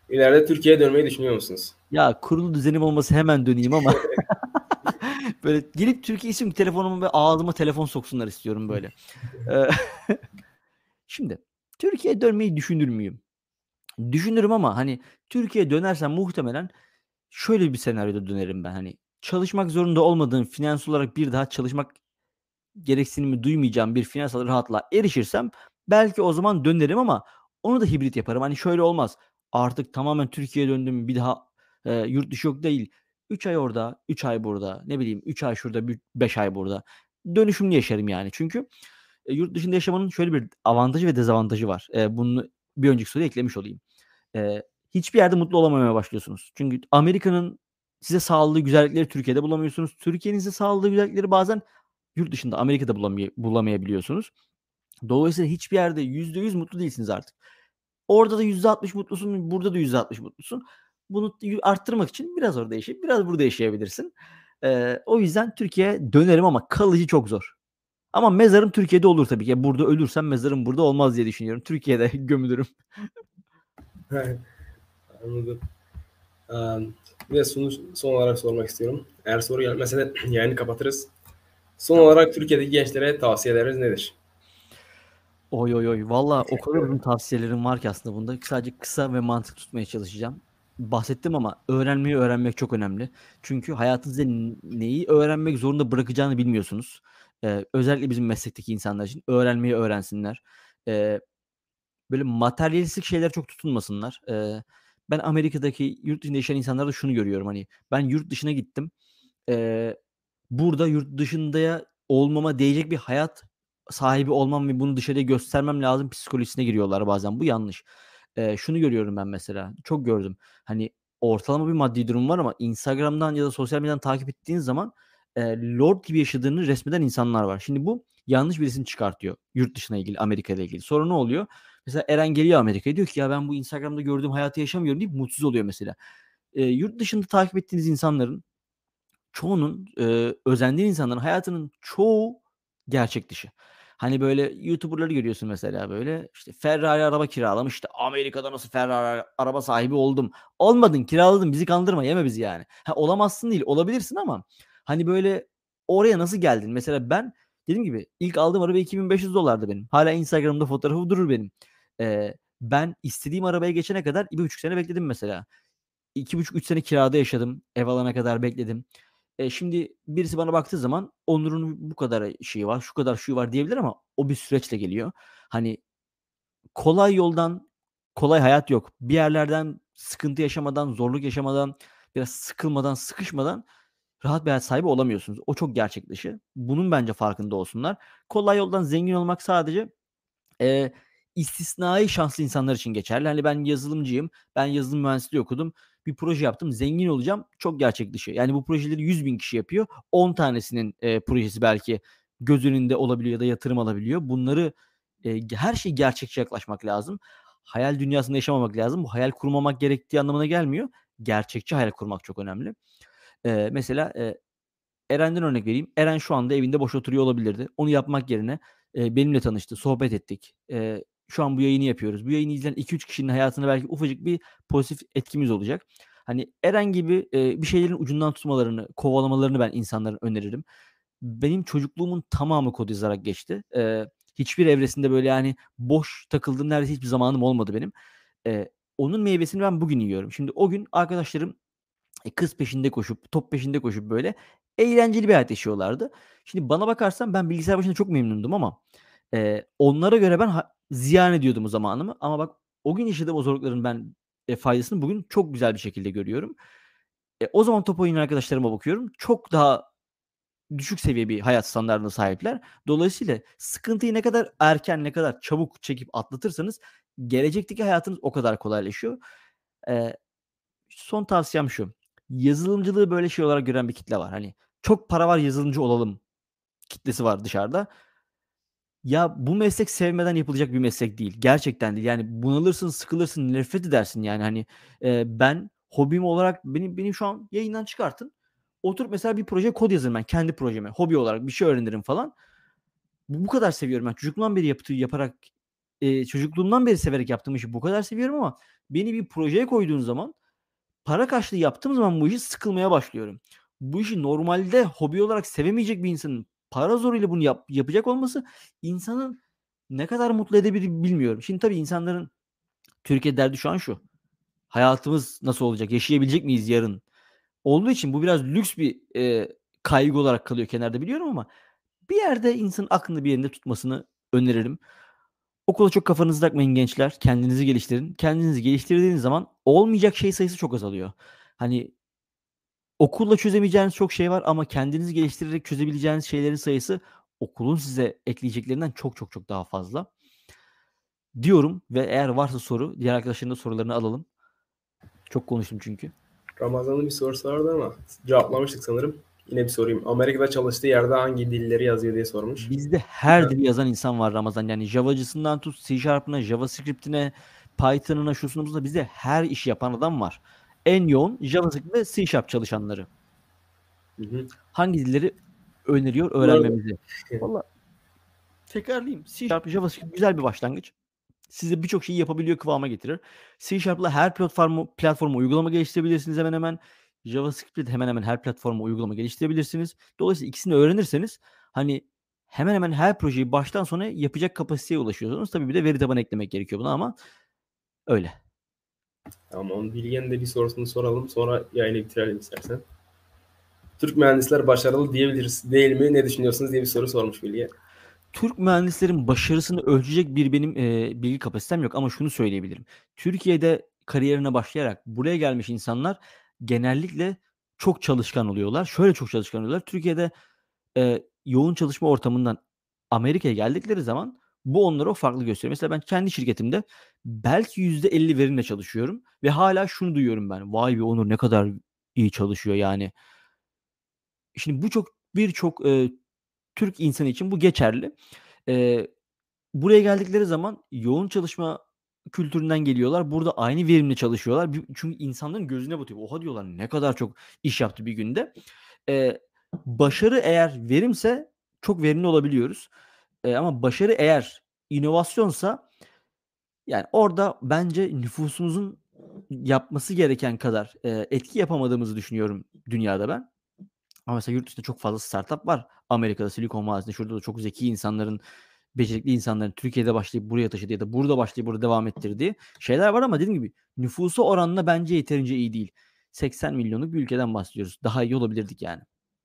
A: İleride Türkiye'ye dönmeyi düşünüyor musunuz?
B: Ya kurulu düzenim olması hemen döneyim ama böyle gelip Türkiye isim telefonumu ve ağzıma telefon soksunlar istiyorum böyle. Ee, Şimdi Türkiye'ye dönmeyi düşünür müyüm? Düşünürüm ama hani Türkiye'ye dönersem muhtemelen şöyle bir senaryoda dönerim ben. Hani çalışmak zorunda olmadığım, finans olarak bir daha çalışmak gereksinimi duymayacağım bir finansal rahatlığa erişirsem belki o zaman dönerim ama onu da hibrit yaparım. Hani şöyle olmaz. Artık tamamen Türkiye'ye döndüm, bir daha yurt dışı yok değil. 3 ay orada, 3 ay burada, ne bileyim 3 ay şurada, 5 ay burada. Dönüşümlü yaşarım yani. Çünkü yurt dışında yaşamanın şöyle bir avantajı ve dezavantajı var. Bunu bir önceki soruya eklemiş olayım. Eee, Hiçbir yerde mutlu olamamaya başlıyorsunuz. Çünkü Amerika'nın size sağladığı güzellikleri Türkiye'de bulamıyorsunuz. Türkiye'nin size sağladığı güzellikleri bazen yurt dışında, Amerika'da bulamayabiliyorsunuz. Dolayısıyla hiçbir yerde %100 mutlu değilsiniz artık. Orada da %60 mutlusun, burada da %60 mutlusun. Bunu arttırmak için biraz orada yaşayıp biraz burada yaşayabilirsin. O yüzden Türkiye'ye dönerim ama kalıcı çok zor. Ama mezarım Türkiye'de olur tabii ki. Burada ölürsem mezarım burada olmaz diye düşünüyorum. Türkiye'de gömülürüm.
A: Anladım. Bir de son olarak sormak istiyorum. Eğer soru gelmese de yayını kapatırız. Son olarak Türkiye'deki gençlere tavsiyeleriniz nedir?
B: Oy oy oy. Valla o kadar uzun tavsiyelerim var ki aslında bunda. Sadece kısa ve mantık tutmaya çalışacağım. Bahsettim ama öğrenmeyi öğrenmek çok önemli. Çünkü hayatınızda neyi öğrenmek zorunda bırakacağını bilmiyorsunuz. Özellikle bizim meslekteki insanlar için öğrenmeyi öğrensinler. Ee, Böyle materyalistik şeyler çok tutunmasınlar. Ben Amerika'daki yurt dışında yaşayan insanlarda şunu görüyorum. Hani ben yurt dışına gittim. Eee, Burada yurt dışında olmama değecek bir hayat sahibi olmam ve bunu dışarıya göstermem lazım psikolojisine giriyorlar bazen. Bu yanlış. Şunu görüyorum ben mesela, çok gördüm. Hani ortalama bir maddi durum var ama Instagram'dan ya da sosyal medyadan takip ettiğin zaman, lord gibi yaşadığını resmeden insanlar var. Şimdi bu yanlış bir isim çıkartıyor yurt dışına ilgili, Amerika ile ilgili. Sonra ne oluyor? Mesela Eren geliyor Amerika'ya, diyor ki ya ben bu Instagram'da gördüğüm hayatı yaşamıyorum deyip mutsuz oluyor mesela. Yurt dışında takip ettiğiniz insanların çoğunun, özendiğin insanların hayatının çoğu gerçek dışı. Hani, böyle, YouTuber'ları görüyorsun mesela, böyle, işte, Ferrari araba kiralamış, işte, Amerika'da nasıl Ferrari araba sahibi oldum. Olmadın, kiraladın, bizi kandırma, yeme bizi yani. Ha, olamazsın değil, olabilirsin ama, hani, böyle, oraya nasıl geldin? Mesela ben dediğim gibi ilk aldığım araba $2.500'dı benim. Hâlâ Instagram'da fotoğrafı durur benim. Ben istediğim arabaya geçene kadar 1,5 sene bekledim mesela. 2,5-3 sene kirada yaşadım. Ev alana kadar bekledim. Şimdi birisi bana baktığı zaman Onur'un bu kadar şeyi var, şu kadar şuyu var diyebilir ama o bir süreçle geliyor. Hani kolay yoldan kolay hayat yok. Bir yerlerden sıkıntı yaşamadan, zorluk yaşamadan, biraz sıkılmadan, sıkışmadan rahat bir hayat sahibi olamıyorsunuz. O çok gerçek dışı. Bunun bence farkında olsunlar. Kolay yoldan zengin olmak sadece Eee, istisnai şanslı insanlar için geçerli. Hani ben yazılımcıyım, ben yazılım mühendisliği okudum, bir proje yaptım, zengin olacağım, çok gerçek dışı. Yani bu projeleri 100.000 kişi yapıyor. 10 tanesinin, projesi belki göz önünde olabiliyor ya da yatırım alabiliyor. Bunları, her şeye gerçekçi yaklaşmak lazım. Hayal dünyasında yaşamamak lazım. Bu hayal kurmamak gerektiği anlamına gelmiyor. Gerçekçi hayal kurmak çok önemli. Mesela, Eren'den örnek vereyim. Eren şu anda evinde boş oturuyor olabilirdi. Onu yapmak yerine, benimle tanıştı, sohbet ettik. Şu an bu yayını yapıyoruz. Bu yayını izleyen 2-3 kişinin hayatına belki ufacık bir pozitif etkimiz olacak. Hani Eren gibi, bir şeylerin ucundan tutmalarını, kovalamalarını ben insanlara öneririm. Benim çocukluğumun tamamı kod yazarak geçti. Hiçbir evresinde böyle, yani, boş takıldığım neredeyse hiçbir zamanım olmadı benim. Onun meyvesini ben bugün yiyorum. Şimdi o gün arkadaşlarım kız peşinde koşup, top peşinde koşup böyle eğlenceli bir hayat yaşıyorlardı. Şimdi bana bakarsan ben bilgisayar başında çok memnundum ama, onlara göre ben ziyan ediyordum o zamanımı ama bak o gün yaşadığım o zorlukların ben, faydasını bugün çok güzel bir şekilde görüyorum. O zaman top oynayan arkadaşlarıma bakıyorum. Çok daha düşük seviye bir hayat standardına sahipler. Dolayısıyla sıkıntıyı ne kadar erken, ne kadar çabuk çekip atlatırsanız gelecekteki hayatınız o kadar kolaylaşıyor. Eee Son tavsiyem şu: yazılımcılığı böyle şey olarak gören bir kitle var. Hani, çok para var, yazılımcı olalım kitlesi var dışarıda. Ya, bu meslek sevmeden yapılacak bir meslek değil. Gerçekten değil. Yani bunalırsın, sıkılırsın, nefret edersin yani. Hani, ben hobim olarak benim şu an yayından çıkartın. Oturup mesela bir projeye kod yazarım ben kendi projeme. Hobi olarak bir şey öğrenirim falan. Bu kadar seviyorum ben. Çocukluğumdan beri yaparak, çocukluğumdan beri severek yaptığım işi bu kadar seviyorum ama beni bir projeye koyduğun zaman para karşılığı yaptığım zaman bu işi sıkılmaya başlıyorum. Bu işi normalde hobi olarak sevemeyecek bir insanın para zoruyla bunu yapacak olması insanın ne kadar mutlu edebilir bilmiyorum. Şimdi tabii insanların Türkiye derdi şu an şu. Hayatımız nasıl olacak? Yaşayabilecek miyiz yarın? Olduğu için bu biraz lüks bir kaygı olarak kalıyor kenarda biliyorum ama bir yerde insanın aklını bir yerinde tutmasını öneririm. Okula çok kafanızı takmayın gençler. Kendinizi geliştirin. Kendinizi geliştirdiğiniz zaman olmayacak şey sayısı çok azalıyor. Hani okulla çözemeyeceğiniz çok şey var ama kendinizi geliştirerek çözebileceğiniz şeylerin sayısı okulun size ekleyeceklerinden çok çok çok daha fazla. Diyorum ve eğer varsa soru, diğer arkadaşların da sorularını alalım. Çok konuştum çünkü.
A: Ramazan'ın bir sorusu vardı ama cevaplamıştık sanırım. Yine bir sorayım. Amerika'da çalıştığı yerde hangi dilleri yazıyor diye sormuş.
B: Bizde her dili yazan insan var Ramazan. Yani Java'cısından tut C Sharp'ına, JavaScript'ine, Python'ına, şusuna busuna bizde her işi yapan adam var. En yoğun JavaScript ve C Sharp çalışanları.
A: Hı hı.
B: Hangi dilleri öneriyor
A: Bunlar da
B: öğrenmemizi? Vallahi tekrarlayayım. C Sharp, JavaScript güzel bir başlangıç. Size birçok şeyi yapabiliyor kıvama getirir. C Sharp'la her platforma uygulama geliştirebilirsiniz hemen hemen. JavaScript'le de hemen hemen her platforma uygulama geliştirebilirsiniz. Dolayısıyla ikisini öğrenirseniz hani hemen hemen her projeyi baştan sona yapacak kapasiteye ulaşıyorsunuz. Tabii bir de veri tabanı eklemek gerekiyor buna ama öyle.
A: Tamam. Bilge'nin de bir sorusunu soralım. Sonra yayını bitirelim istersen. Türk mühendisler başarılı diyebiliriz değil mi? Ne düşünüyorsunuz diye bir soru sormuş Bilge.
B: Türk mühendislerin başarısını ölçecek bir benim bilgi kapasitem yok ama şunu söyleyebilirim. Türkiye'de kariyerine başlayarak buraya gelmiş insanlar genellikle çok çalışkan oluyorlar. Şöyle çok çalışkan oluyorlar. Türkiye'de yoğun çalışma ortamından Amerika'ya geldikleri zaman bu onları o farklı gösteriyor. Mesela ben kendi şirketimde belki %50 verimle çalışıyorum ve hala şunu duyuyorum ben. Vay be Onur ne kadar iyi çalışıyor yani. Şimdi bu birçok Türk insanı için bu geçerli. Eee, buraya geldikleri zaman yoğun çalışma kültüründen geliyorlar. Burada aynı verimle çalışıyorlar. Çünkü insanların gözüne batıyor. Oha diyorlar ne kadar çok iş yaptı bir günde. Eee, başarı eğer verimse çok verimli olabiliyoruz. Ama başarı eğer inovasyonsa yani orada bence nüfusumuzun yapması gereken kadar etki yapamadığımızı düşünüyorum dünyada ben. Ama mesela yurt dışında çok fazla startup var. Amerika'da, Silikon Vadisi'nde şurada da çok zeki insanların, becerikli insanların Türkiye'de başlayıp buraya taşıdığı ya da burada başlayıp burada devam ettirdiği şeyler var ama dediğim gibi nüfusu oranla bence yeterince iyi değil. 80 milyonluk bir ülkeden bahsediyoruz. Daha iyi olabilirdik yani.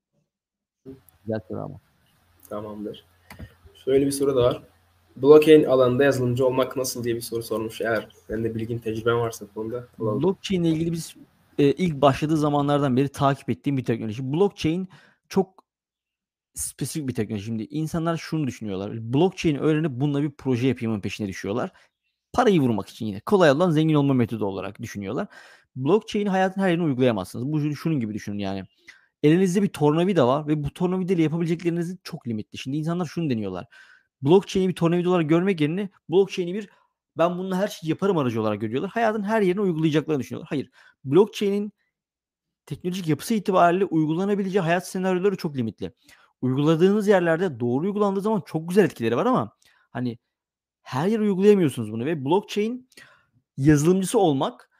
B: Güzel soru ama.
A: Tamamdır. Şöyle bir soru da var. Blockchain alanında yazılımcı olmak nasıl diye bir soru sormuş. Eğer senin de bilgin, tecrüben varsa bu konuda alalım.
B: Blockchain ile ilgili biz ilk başladığı zamanlardan beri takip ettiğim bir teknoloji. Blockchain çok spesifik bir teknoloji. Şimdi insanlar şunu düşünüyorlar. Blockchain öğrenip bununla bir proje yapayımın peşine düşüyorlar. Parayı vurmak için yine. Kolay yoldan zengin olma metodu olarak düşünüyorlar. Blockchain'i hayatın her yerine uygulayamazsınız. Bu şunun gibi düşünün yani. Elinizde bir tornavida var ve bu tornavida ile yapabileceklerinizin çok limitli. Şimdi insanlar şunu deniyorlar. Blockchain'i bir tornavida olarak görmek yerine blockchain'i ben bununla her şeyi yaparım aracı olarak görüyorlar. Hayatın her yerine uygulayacaklarını düşünüyorlar. Hayır. Blockchain'in teknolojik yapısı itibariyle uygulanabileceği hayat senaryoları çok limitli. Uyguladığınız yerlerde doğru uygulandığı zaman çok güzel etkileri var ama hani her yere uygulayamıyorsunuz bunu ve blockchain yazılımcısı olmak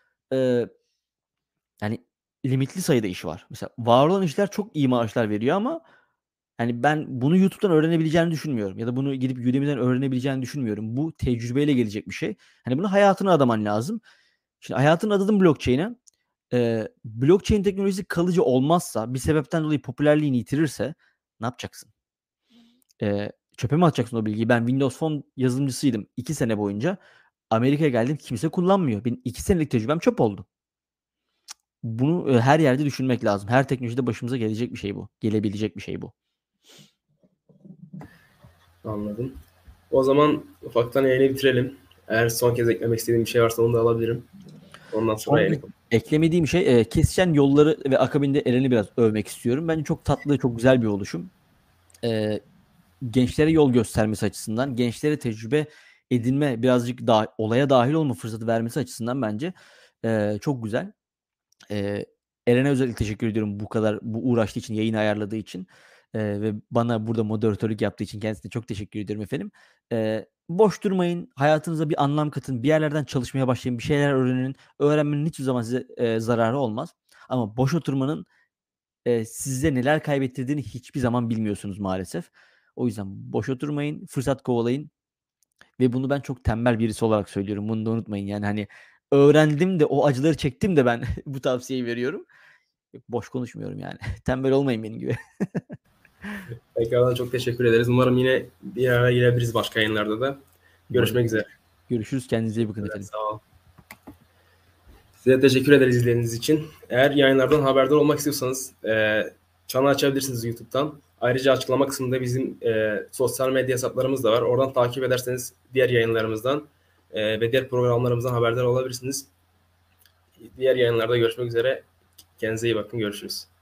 B: yani limitli sayıda iş var. Mesela var olan işler çok iyi maaşlar veriyor ama hani ben bunu YouTube'dan öğrenebileceğini düşünmüyorum ya da bunu gidip Udemy'den öğrenebileceğini düşünmüyorum. Bu tecrübeyle gelecek bir şey. Hani bunu hayatına adaman lazım. Şimdi hayatını adadın blockchain'e. Blockchain teknolojisi kalıcı olmazsa, bir sebepten dolayı popülerliğini yitirirse ne yapacaksın? Çöpe mi atacaksın o bilgiyi? Ben Windows Phone yazılımcısıydım 2 sene boyunca. Amerika'ya geldim kimse kullanmıyor. Benim 2 senelik tecrübem çöp oldu. Bunu her yerde düşünmek lazım. Her teknolojide başımıza gelecek bir şey bu. Gelebilecek bir şey bu.
A: Anladım. O zaman ufaktan yayını bitirelim. Eğer son kez eklemek istediğim bir şey varsa onu da alabilirim. Ondan sonra
B: Son
A: yayını
B: eklemediğim şey kesişen yolları ve akabinde Eren'i biraz övmek istiyorum. Bence çok tatlı, çok güzel bir oluşum. Gençlere yol göstermesi açısından, gençlere tecrübe edinme, birazcık daha olaya dahil olma fırsatı vermesi açısından bence çok güzel. Eren'e özellikle teşekkür ediyorum bu uğraştığı için, yayını ayarladığı için ve bana burada moderatörlük yaptığı için kendisine çok teşekkür ediyorum efendim. boş durmayın. Hayatınıza bir anlam katın. Bir yerlerden çalışmaya başlayın. Bir şeyler öğrenin. Öğrenmenin hiçbir zaman size zararı olmaz. Ama boş oturmanın size neler kaybettirdiğini hiçbir zaman bilmiyorsunuz maalesef. O yüzden boş oturmayın. Fırsat kovalayın. Ve bunu ben çok tembel birisi olarak söylüyorum. Bunu da unutmayın. Yani hani öğrendim de o acıları çektim de ben bu tavsiyeyi veriyorum. Boş konuşmuyorum yani. Tembel olmayın benim gibi.
A: Tekrardan çok teşekkür ederiz. Umarım yine bir araya gelebiliriz başka yayınlarda da. Görüşmek üzere.
B: Görüşürüz. Kendinize iyi bakın
A: Evet,
B: efendim.
A: sağ ol. Size teşekkür ederiz izlediğiniz için. Eğer yayınlardan haberdar olmak istiyorsanız çanı açabilirsiniz YouTube'dan. Ayrıca açıklama kısmında bizim sosyal medya hesaplarımız da var. Oradan takip ederseniz diğer yayınlarımızdan ve diğer programlarımızdan haberdar olabilirsiniz. Diğer yayınlarda görüşmek üzere. Kendinize iyi bakın. Görüşürüz.